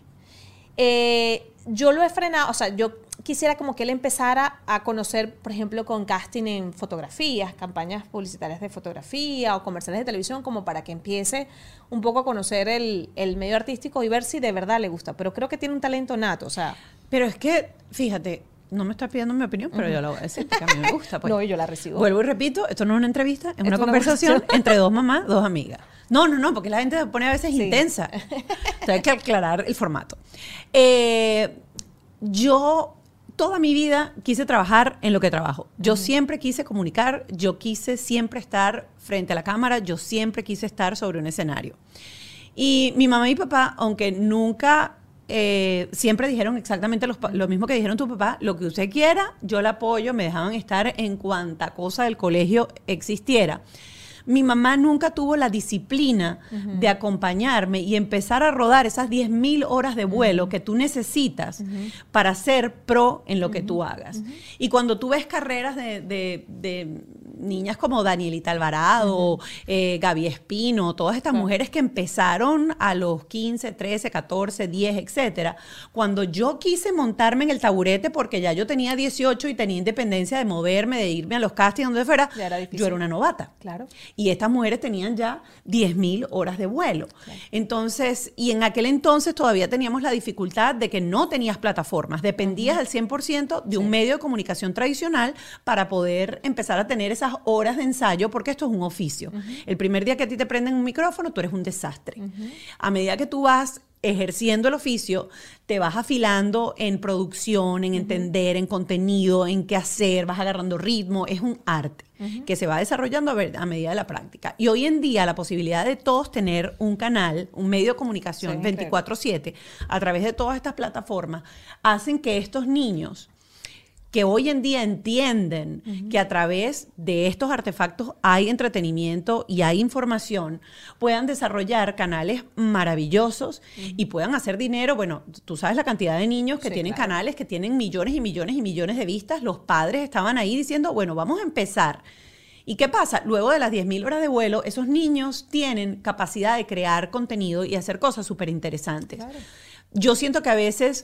Yo lo he frenado, o sea, yo quisiera como que él empezara a conocer, por ejemplo, con casting en fotografías, campañas publicitarias de fotografía o comerciales de televisión, como para que empiece un poco a conocer el medio artístico y ver si de verdad le gusta. Pero creo que tiene un talento nato, o sea. Pero es que, fíjate, no me estás pidiendo mi opinión, pero yo la voy a decir porque a mí me gusta. Pues. No, yo la recibo. Vuelvo y repito, esto no es una entrevista, es Es una una conversación conversación. entre dos mamás, dos amigas. No, porque la gente se pone a veces intensa. Entonces hay que aclarar el formato. Yo toda mi vida quise trabajar en lo que trabajo. Yo siempre quise comunicar, yo quise siempre estar frente a la cámara, yo siempre quise estar sobre un escenario. Y mi mamá y mi papá, aunque nunca siempre dijeron exactamente lo mismo que dijeron tu papá, lo que usted quiera, yo la apoyo, me dejaban estar en cuanta cosa del colegio existiera. Mi mamá nunca tuvo la disciplina de acompañarme y empezar a rodar esas 10.000 horas de vuelo que tú necesitas para ser pro en lo que tú hagas. Y cuando tú ves carreras de niñas como Danielita Alvarado, Gaby Espino, todas estas mujeres que empezaron a los 15, 13, 14, 10, etcétera, cuando yo quise montarme en el taburete porque ya yo tenía 18 y tenía independencia de moverme, de irme a los castings, donde fuera, Ya era difícil. yo era una novata. Claro. Y estas mujeres tenían ya 10.000 horas de vuelo. Claro. Entonces, y en aquel entonces todavía teníamos la dificultad de que no tenías plataformas, dependías al 100% de un medio de comunicación tradicional para poder empezar a tener esas horas de ensayo, porque esto es un oficio. El primer día que a ti te prenden un micrófono, tú eres un desastre. A medida que tú vas ejerciendo el oficio, te vas afilando en producción, en entender, en contenido, en qué hacer, vas agarrando ritmo. Es un arte que se va desarrollando a medida de la práctica. Y hoy en día la posibilidad de todos tener un canal, un medio de comunicación 24/7 a través de todas estas plataformas, hacen que estos niños que hoy en día entienden que a través de estos artefactos hay entretenimiento y hay información, puedan desarrollar canales maravillosos y puedan hacer dinero. Bueno, tú sabes la cantidad de niños que tienen canales que tienen millones y millones y millones de vistas. Los padres estaban ahí diciendo, bueno, vamos a empezar. ¿Y qué pasa? Luego de las 10.000 horas de vuelo, esos niños tienen capacidad de crear contenido y hacer cosas súper interesantes. Claro. Yo siento que a veces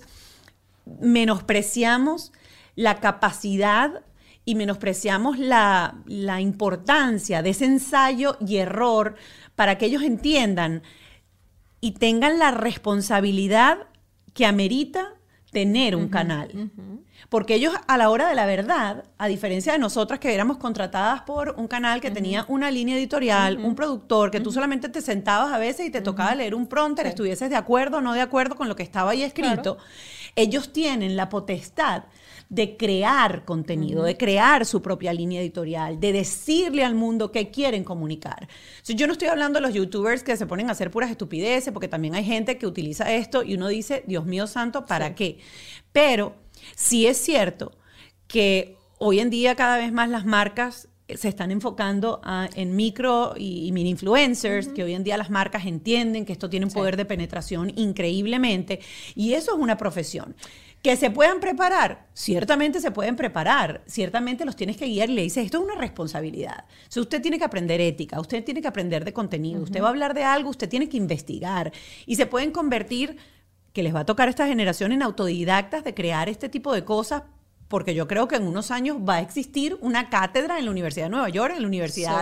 menospreciamos la capacidad y menospreciamos la importancia de ese ensayo y error para que ellos entiendan y tengan la responsabilidad que amerita tener un canal. Porque ellos, a la hora de la verdad, a diferencia de nosotras que éramos contratadas por un canal que tenía una línea editorial, un productor, que tú solamente te sentabas a veces y te tocaba leer un prompter, estuvieses de acuerdo o no de acuerdo con lo que estaba ahí escrito, ellos tienen la potestad de crear contenido, de crear su propia línea editorial, de decirle al mundo qué quieren comunicar. Yo no estoy hablando de los youtubers que se ponen a hacer puras estupideces, porque también hay gente que utiliza esto y uno dice, Dios mío santo, ¿para qué? Pero sí es cierto que hoy en día cada vez más las marcas se están enfocando en micro y mini influencers, que hoy en día las marcas entienden que esto tiene un poder de penetración increíblemente, y eso es una profesión. ¿Que se puedan preparar? Ciertamente se pueden preparar, ciertamente los tienes que guiar y le dices, esto es una responsabilidad. O sea, usted tiene que aprender ética, usted tiene que aprender de contenido, usted va a hablar de algo, usted tiene que investigar, y se pueden convertir, que les va a tocar a esta generación, en autodidactas de crear este tipo de cosas, porque yo creo que en unos años va a existir una cátedra en la Universidad de Nueva York, en la Universidad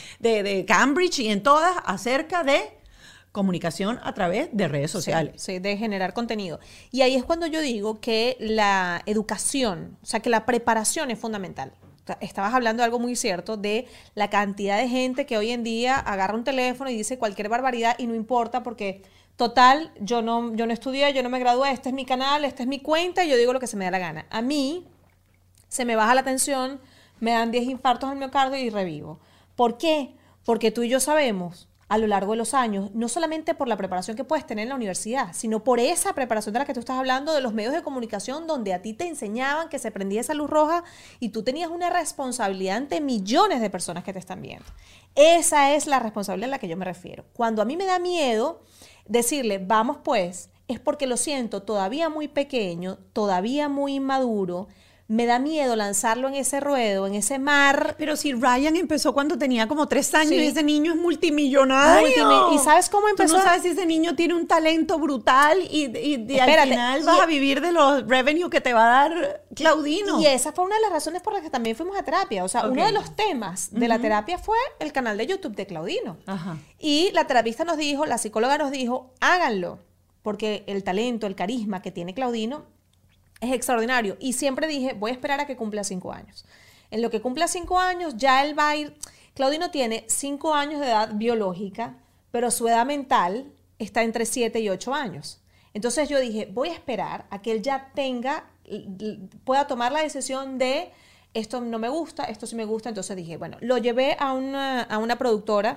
de Cambridge y en todas acerca de comunicación a través de redes sociales. Sí, de generar contenido. Y ahí es cuando yo digo que la educación, o sea, que la preparación es fundamental. Estabas hablando de algo muy cierto, de la cantidad de gente que hoy en día agarra un teléfono y dice cualquier barbaridad y no importa porque, total, yo no estudié, yo no me gradué, este es mi canal, esta es mi cuenta y yo digo lo que se me da la gana. A mí se me baja la tensión, me dan 10 infartos al miocardio y revivo. ¿Por qué? Porque tú y yo sabemos a lo largo de los años, no solamente por la preparación que puedes tener en la universidad, sino por esa preparación de la que tú estás hablando, de los medios de comunicación donde a ti te enseñaban que se prendía esa luz roja y tú tenías una responsabilidad ante millones de personas que te están viendo. Esa es la responsabilidad a la que yo me refiero. Cuando a mí me da miedo decirle, vamos pues, es porque lo siento todavía muy pequeño, todavía muy inmaduro. Me da miedo lanzarlo en ese ruedo, en ese mar. Pero si Ryan empezó cuando tenía como 3 años y ese niño es multimillonario. ¿Y sabes cómo empezó? Tú no sabes si ese niño tiene un talento brutal y al final vas a vivir de los revenue que te va a dar Claudino. Y esa fue una de las razones por las que también fuimos a terapia. O sea, uno de los temas de la terapia fue el canal de YouTube de Claudino. Y la terapista nos dijo, la psicóloga nos dijo, háganlo. Porque el talento, el carisma que tiene Claudino es extraordinario. Y siempre dije, voy a esperar a que cumpla 5 años. En lo que cumpla 5 años, ya él va a ir... Claudino tiene 5 años de edad biológica, pero su edad mental está entre 7 y 8 años. Entonces yo dije, voy a esperar a que él ya pueda tomar la decisión de esto no me gusta, esto sí me gusta. Entonces dije, bueno, lo llevé a una productora,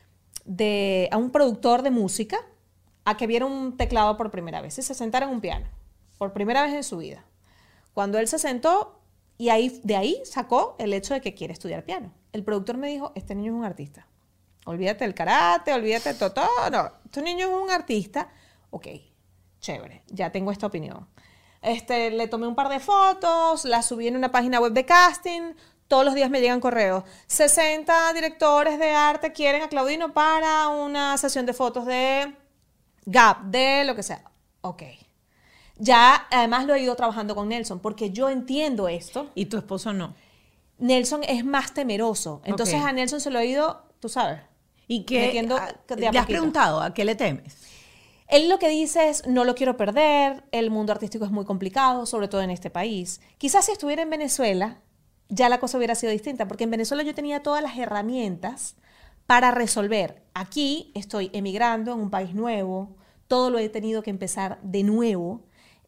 a un productor de música, a que viera un teclado por primera vez y se sentara en un piano. Por primera vez en su vida. Cuando él se sentó y de ahí sacó el hecho de que quiere estudiar piano. El productor me dijo, este niño es un artista. Olvídate del karate, olvídate de todo. No, este niño es un artista. Ok, chévere, ya tengo esta opinión. Le tomé un par de fotos, las subí en una página web de casting. Todos los días me llegan correos. 60 directores de arte quieren a Claudino para una sesión de fotos de Gap, de lo que sea. Ok. Ya, además lo he ido trabajando con Nelson, porque yo entiendo esto. ¿Y tu esposo no? Nelson es más temeroso. Entonces a Nelson se lo he ido, tú sabes. ¿Y qué? ¿Le has preguntado a qué le temes? Él lo que dice es, no lo quiero perder, el mundo artístico es muy complicado, sobre todo en este país. Quizás si estuviera en Venezuela, ya la cosa hubiera sido distinta, porque en Venezuela yo tenía todas las herramientas para resolver. Aquí estoy emigrando en un país nuevo, todo lo he tenido que empezar de nuevo.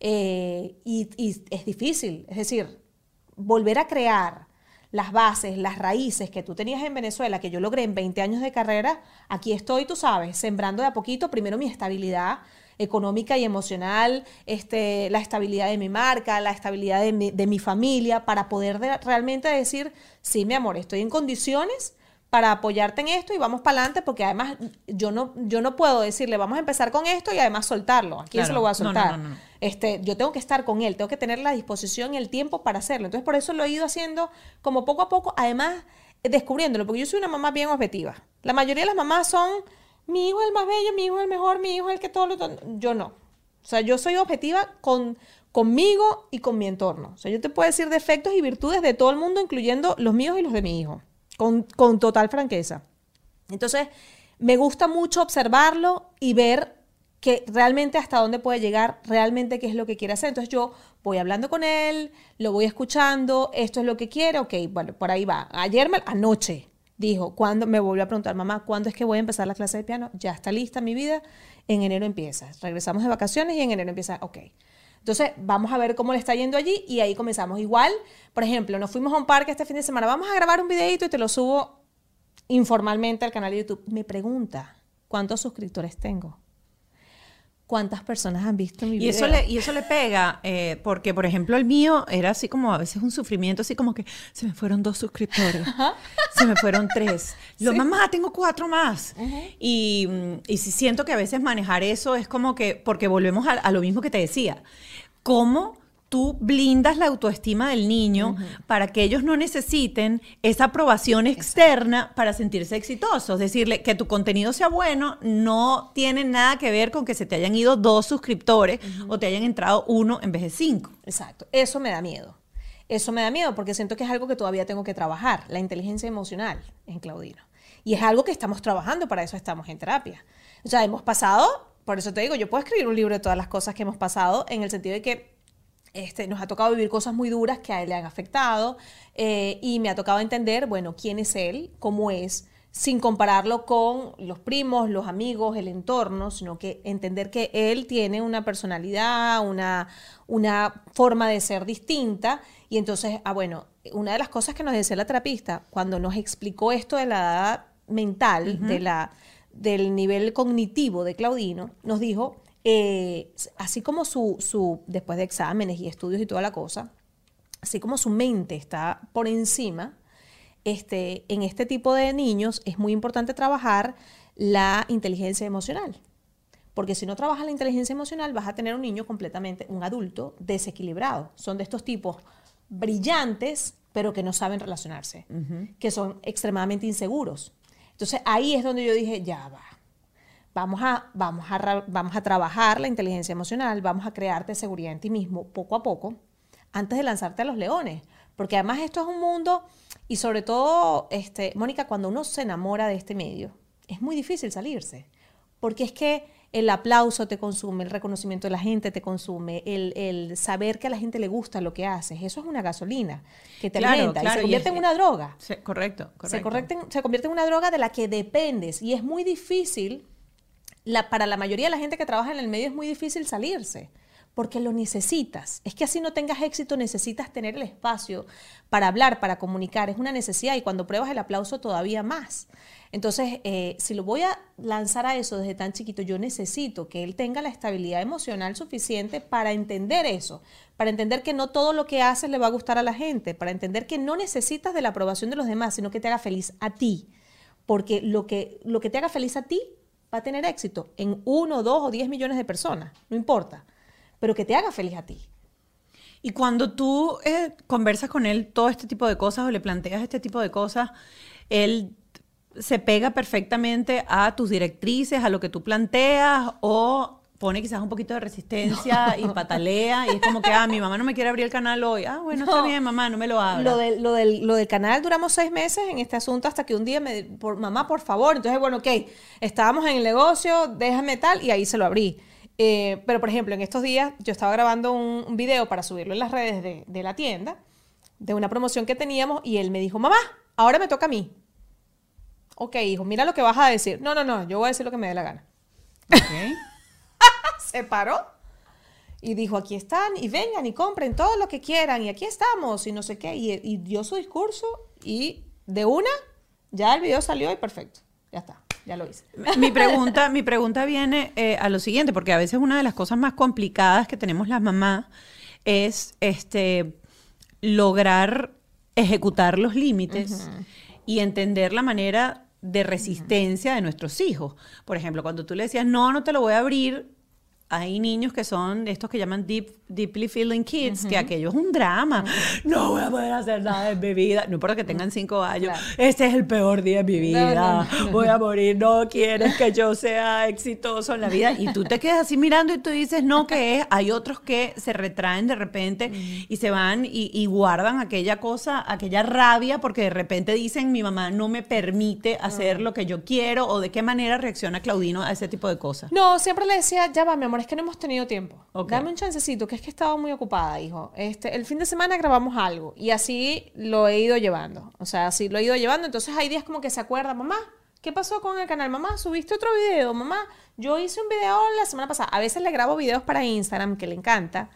Y es difícil, es decir, volver a crear las bases, las raíces que tú tenías en Venezuela, que yo logré en 20 años de carrera, aquí estoy, tú sabes, sembrando de a poquito, primero mi estabilidad económica y emocional, la estabilidad de mi marca, la estabilidad de mi familia, para poder realmente decir, sí, mi amor, estoy en condiciones para apoyarte en esto y vamos para adelante, porque además yo no puedo decirle vamos a empezar con esto y además soltarlo. ¿A quién se lo voy a soltar? No. Yo tengo que estar con él, tengo que tener la disposición y el tiempo para hacerlo. Entonces por eso lo he ido haciendo como poco a poco, además descubriéndolo, porque yo soy una mamá bien objetiva. La mayoría de las mamás son, mi hijo es el más bello, mi hijo es el mejor, mi hijo es el que todo lo... Yo no. O sea, yo soy objetiva conmigo y con mi entorno. O sea, yo te puedo decir defectos y virtudes de todo el mundo, incluyendo los míos y los de mi hijo. Con total franqueza. Entonces, me gusta mucho observarlo y ver que realmente hasta dónde puede llegar, realmente qué es lo que quiere hacer. Entonces yo voy hablando con él, lo voy escuchando, esto es lo que quiere, ok, bueno, por ahí va. Anoche dijo, cuando me volvió a preguntar, mamá, ¿cuándo es que voy a empezar la clase de piano? Ya está lista mi vida, en enero empieza. Regresamos de vacaciones y en enero empieza, ok. Entonces, vamos a ver cómo le está yendo allí y ahí comenzamos. Igual, por ejemplo, nos fuimos a un parque este fin de semana, vamos a grabar un videito y te lo subo informalmente al canal de YouTube. Me pregunta, ¿cuántos suscriptores tengo? ¿Cuántas personas han visto mi video? Y eso le pega, porque, por ejemplo, el mío era así como a veces un sufrimiento, así como que se me fueron 2 suscriptores, se me fueron 3. Mamá, tengo 4 más. Y sí siento que a veces manejar eso es como que, porque volvemos a lo mismo que te decía, cómo tú blindas la autoestima del niño para que ellos no necesiten esa aprobación externa para sentirse exitosos. Decirle que tu contenido sea bueno no tiene nada que ver con que se te hayan ido 2 suscriptores o te hayan entrado 1 en vez de 5. Exacto. Eso me da miedo. Eso me da miedo porque siento que es algo que todavía tengo que trabajar, la inteligencia emocional en Claudino. Y es algo que estamos trabajando, para eso estamos en terapia. O sea, hemos pasado, por eso te digo, yo puedo escribir un libro de todas las cosas que hemos pasado en el sentido de que nos ha tocado vivir cosas muy duras que a él le han afectado y me ha tocado entender, bueno, quién es él, cómo es, sin compararlo con los primos, los amigos, el entorno, sino que entender que él tiene una personalidad, una forma de ser distinta. Y entonces, bueno, una de las cosas que nos decía la terapista cuando nos explicó esto de la edad mental, del nivel cognitivo de Claudino, nos dijo, así como después de exámenes y estudios y toda la cosa, así como su mente está por encima, en este tipo de niños es muy importante trabajar la inteligencia emocional. Porque si no trabajas la inteligencia emocional, vas a tener un niño completamente, un adulto desequilibrado. Son de estos tipos brillantes, pero que no saben relacionarse, que son extremadamente inseguros. Entonces ahí es donde yo dije, ya va. Vamos a trabajar la inteligencia emocional, vamos a crearte seguridad en ti mismo poco a poco antes de lanzarte a los leones. Porque además esto es un mundo, y sobre todo, Mónica, cuando uno se enamora de este medio, es muy difícil salirse. Porque es que el aplauso te consume, el reconocimiento de la gente te consume, el saber que a la gente le gusta lo que haces, eso es una gasolina que te alimenta y se convierte en una droga. Correcto. Se convierte en una droga de la que dependes y es muy difícil. Para la mayoría de la gente que trabaja en el medio es muy difícil salirse, porque lo necesitas. Es que así no tengas éxito, necesitas tener el espacio para hablar, para comunicar. Es una necesidad y cuando pruebas el aplauso todavía más. Entonces, si lo voy a lanzar a eso desde tan chiquito, yo necesito que él tenga la estabilidad emocional suficiente para entender eso, para entender que no todo lo que haces le va a gustar a la gente, para entender que no necesitas de la aprobación de los demás, sino que te haga feliz a ti. Porque lo que te haga feliz a ti va a tener éxito en 1, 2 o 10 millones de personas, no importa, pero que te haga feliz a ti. Y cuando tú conversas con él todo este tipo de cosas o le planteas este tipo de cosas, él se pega perfectamente a tus directrices, a lo que tú planteas, o pone quizás un poquito de resistencia y patalea y es como que, mi mamá no me quiere abrir el canal hoy. Bueno, está bien, mamá, no me lo abra. Lo del canal duramos 6 meses en este asunto hasta que un día mamá, por favor. Entonces, bueno, ok, estábamos en el negocio, déjame tal, y ahí se lo abrí. Pero, por ejemplo, en estos días yo estaba grabando un video para subirlo en las redes de la tienda, de una promoción que teníamos, y él me dijo, mamá, ahora me toca a mí. Ok, hijo, mira lo que vas a decir. No, yo voy a decir lo que me dé la gana. Okay. Se paró y dijo, aquí están, y vengan y compren todo lo que quieran, y aquí estamos, y no sé qué, y dio su discurso, y de una, ya el video salió y perfecto, ya está, ya lo hice. Mi pregunta viene a lo siguiente, porque a veces una de las cosas más complicadas que tenemos las mamás es lograr ejecutar los límites y entender la manera de resistencia de nuestros hijos. Por ejemplo, cuando tú le decías, no te lo voy a abrir, hay niños que son estos que llaman deeply feeling kids, que aquello es un drama. No voy a poder hacer nada en mi vida. No importa que tengan 5 años. Claro. Este es el peor día de mi vida. No. Voy a morir. No quieres que yo sea exitoso en la vida. Y tú te quedas así mirando y tú dices, no, ¿qué es? Hay otros que se retraen de repente y se van y guardan aquella cosa, aquella rabia, porque de repente dicen, mi mamá no me permite hacer lo que yo quiero, o de qué manera reacciona Claudino a ese tipo de cosas. No, siempre le decía, ya va, mi amor, es que no hemos tenido tiempo. Okay. Dame un chancecito, que es que he estado muy ocupada, hijo. El fin de semana grabamos algo y así lo he ido llevando. O sea, así lo he ido llevando. Entonces hay días como que se acuerda, mamá, ¿qué pasó con el canal? Mamá, ¿subiste otro video? Mamá, yo hice un video la semana pasada. A veces le grabo videos para Instagram, que le encanta.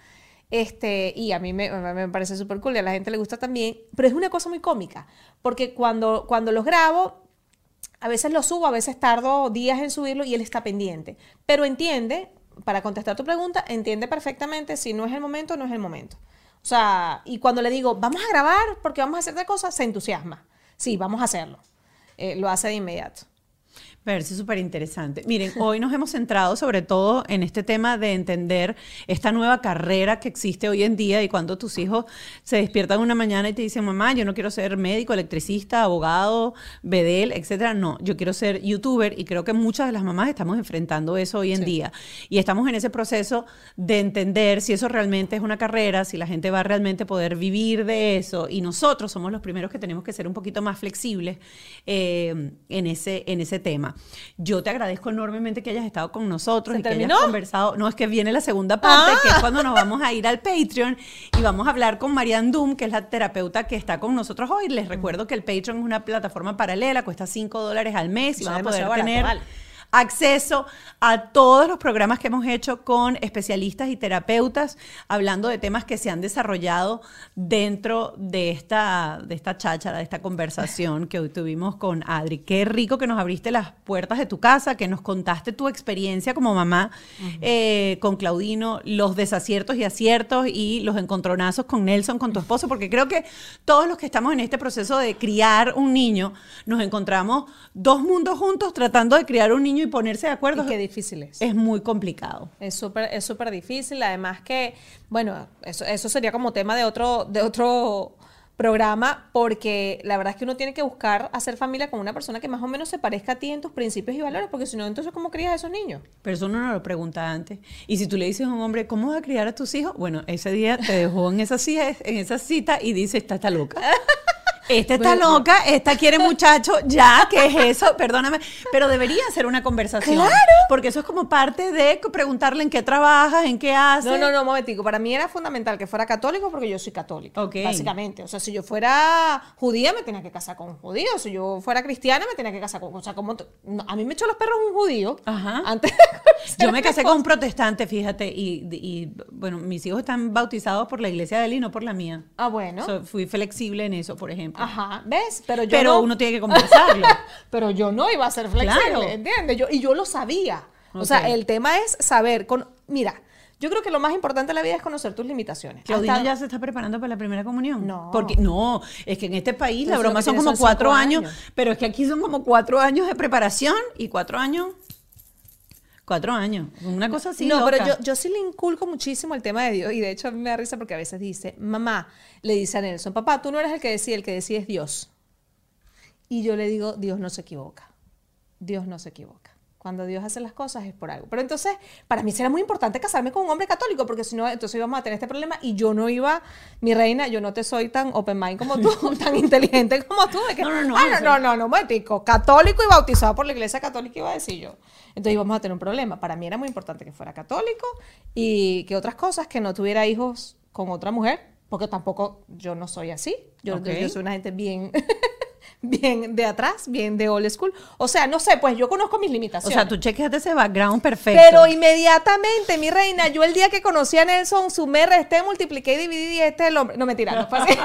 Y a mí me parece súper cool y a la gente le gusta también. Pero es una cosa muy cómica, porque cuando los grabo, a veces lo subo, a veces tardo días en subirlo y él está pendiente. Pero entiende, para contestar tu pregunta, entiende perfectamente si no es el momento, no es el momento. O sea, y cuando le digo, vamos a grabar porque vamos a hacer otra cosa, se entusiasma. Sí, vamos a hacerlo. Lo hace de inmediato. Me parece súper interesante. Miren, hoy nos hemos centrado sobre todo en este tema de entender esta nueva carrera que existe hoy en día, y cuando tus hijos se despiertan una mañana y te dicen, mamá, yo no quiero ser médico, electricista, abogado, bedel, etcétera. No, yo quiero ser youtuber, y creo que muchas de las mamás estamos enfrentando eso hoy en día. Y estamos en ese proceso de entender si eso realmente es una carrera, si la gente va a realmente poder vivir de eso, y nosotros somos los primeros que tenemos que ser un poquito más flexibles en ese tema. Yo te agradezco enormemente que hayas estado con nosotros y que hayas conversado. No, es que viene la segunda parte, que es cuando nos vamos a ir al Patreon y vamos a hablar con Marianne Doom, que es la terapeuta que está con nosotros hoy. Les recuerdo que el Patreon es una plataforma paralela, cuesta $5 al mes y van a poder tener acceso a todos los programas que hemos hecho con especialistas y terapeutas, hablando de temas que se han desarrollado dentro de esta cháchara, de esta conversación que hoy tuvimos con Adri. Qué rico que nos abriste las puertas de tu casa, que nos contaste tu experiencia como mamá con Claudino, los desaciertos y aciertos y los encontronazos con Nelson, con tu esposo, porque creo que todos los que estamos en este proceso de criar un niño, nos encontramos dos mundos juntos tratando de criar un niño y ponerse de acuerdo. Y qué difícil es. Es muy complicado. Es súper difícil. Además que, bueno, eso sería como tema de otro programa, porque la verdad es que uno tiene que buscar hacer familia con una persona que más o menos se parezca a ti en tus principios y valores, porque si no, entonces ¿cómo crías a esos niños? Pero eso uno no lo pregunta antes. Y si tú le dices a un hombre, ¿cómo vas a criar a tus hijos? Bueno, ese día te dejó en esa cita y dice, esta está loca. Esta está loca, esta quiere muchacho, ya, ¿qué es eso? Perdóname, pero debería ser una conversación. ¡Claro! Porque eso es como parte de preguntarle en qué trabajas, en qué haces. No, momentico. Para mí era fundamental que fuera católico porque yo soy católica, básicamente. O sea, si yo fuera judía, me tenía que casar con un judío. Si yo fuera cristiana, me tenía que casar con... O sea, a mí me echó los perros un judío. Ajá. Antes yo me casé con un protestante, fíjate, y bueno, mis hijos están bautizados por la iglesia de él y no por la mía. Ah, bueno. Fui flexible en eso, por ejemplo. Ajá, ¿ves? Pero uno tiene que conversarlo. Pero yo no iba a ser flexible, claro. ¿Entiendes? Yo lo sabía. Okay. O sea, el tema es saber. Mira, yo creo que lo más importante de la vida es conocer tus limitaciones. ¿Claudina ya se está preparando para la primera comunión? No. Porque, no, es que en este país la broma son como 4 años, pero es que aquí son como 4 años de preparación y 4 años... 4 años, una cosa así. No, loca. pero yo sí le inculco muchísimo el tema de Dios, y de hecho a mí me da risa porque a veces dice, mamá, le dice a Nelson, papá, tú no eres el que decide es Dios. Y yo le digo, Dios no se equivoca. Dios no se equivoca. Cuando Dios hace las cosas es por algo. Pero entonces, para mí será muy importante casarme con un hombre católico, porque si no, entonces íbamos a tener este problema y yo no iba, mi reina, yo no te soy tan open mind como tú, tan inteligente como tú. De que, no, mético, católico y bautizado por la iglesia católica, iba a decir yo. Entonces íbamos a tener un problema. Para mí era muy importante que fuera católico y que otras cosas, que no tuviera hijos con otra mujer, porque tampoco yo no soy así. Yo soy una gente bien... bien de atrás, bien de old school. O sea, no sé, pues yo conozco mis limitaciones. O sea, tú chequeaste ese background perfecto. Pero inmediatamente, mi reina, yo el día que conocí a Nelson, sumé, resté, multipliqué, dividí y este es el hombre. No, mentira, no fue así.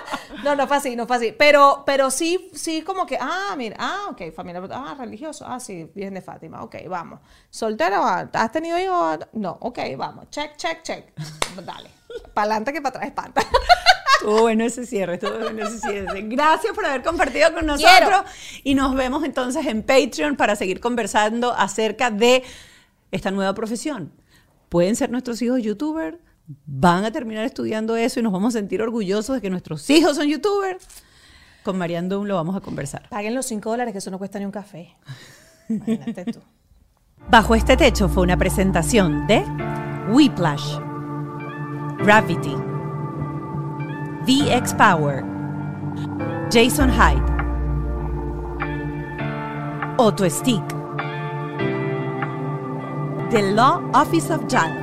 no fue así. Pero sí como que, mira, ok, familia, religioso, sí, Virgen de Fátima, ok, vamos. ¿Soltero? ¿Has tenido hijos? No, ok, vamos, check. Dale, para adelante que para atrás espanta. Estuvo bueno ese cierre. Gracias por haber compartido con nosotros. Y nos vemos entonces en Patreon para seguir conversando acerca de esta nueva profesión. pueden ser nuestros hijos youtubers, van a terminar estudiando eso y nos vamos a sentir orgullosos de que nuestros hijos son youtubers. Con Marianne Dunn lo vamos a conversar. Paguen los $5, que eso no cuesta ni un café. Imagínate tú. Bajo este techo fue una presentación de Whiplash, Gravity, VX Power, Jason Hyde, Auto Stick, The Law Office of JAL.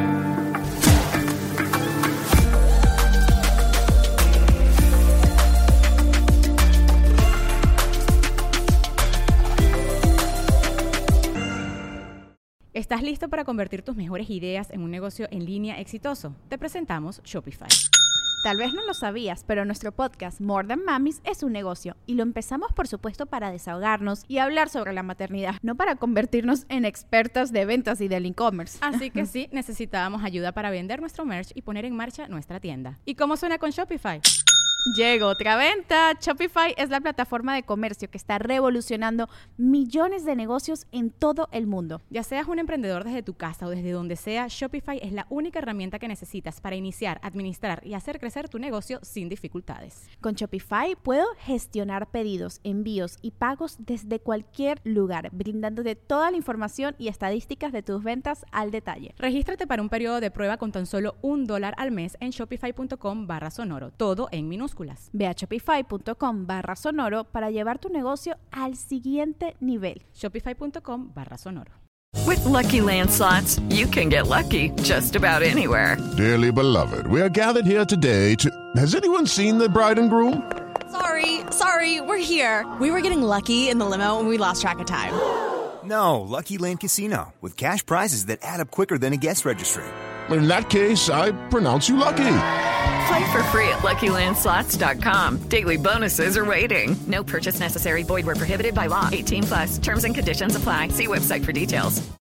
¿Estás listo para convertir tus mejores ideas en un negocio en línea exitoso? Te presentamos Shopify. Tal vez no lo sabías, pero nuestro podcast More Than Mamis es un negocio y lo empezamos por supuesto para desahogarnos y hablar sobre la maternidad, no para convertirnos en expertas de ventas y del e-commerce. Así que sí, necesitábamos ayuda para vender nuestro merch y poner en marcha nuestra tienda. ¿Y cómo suena con Shopify? Llegó otra venta. Shopify es la plataforma de comercio que está revolucionando millones de negocios en todo el mundo. Ya seas un emprendedor desde tu casa o desde donde sea, Shopify es la única herramienta que necesitas para iniciar, administrar y hacer crecer tu negocio sin dificultades. Con Shopify puedo gestionar pedidos, envíos y pagos desde cualquier lugar, brindándote toda la información y estadísticas de tus ventas al detalle. Regístrate para un periodo de prueba con tan solo $1 al mes en shopify.com/sonoro, todo en minúsculas. Ve a shopify.com/sonoro para llevar tu negocio al siguiente nivel. Shopify.com/sonoro. With Lucky Land Slots, you can get lucky just about anywhere. Dearly beloved, we are gathered here today to... Has anyone seen the bride and groom? Sorry, we're here. We were getting lucky in the limo and we lost track of time. No, Lucky Land Casino, with cash prizes that add up quicker than a guest registry. In that case, I pronounce you lucky. Play for free at LuckyLandSlots.com. Daily bonuses are waiting. No purchase necessary. Void where prohibited by law. 18+. Terms and conditions apply. See website for details.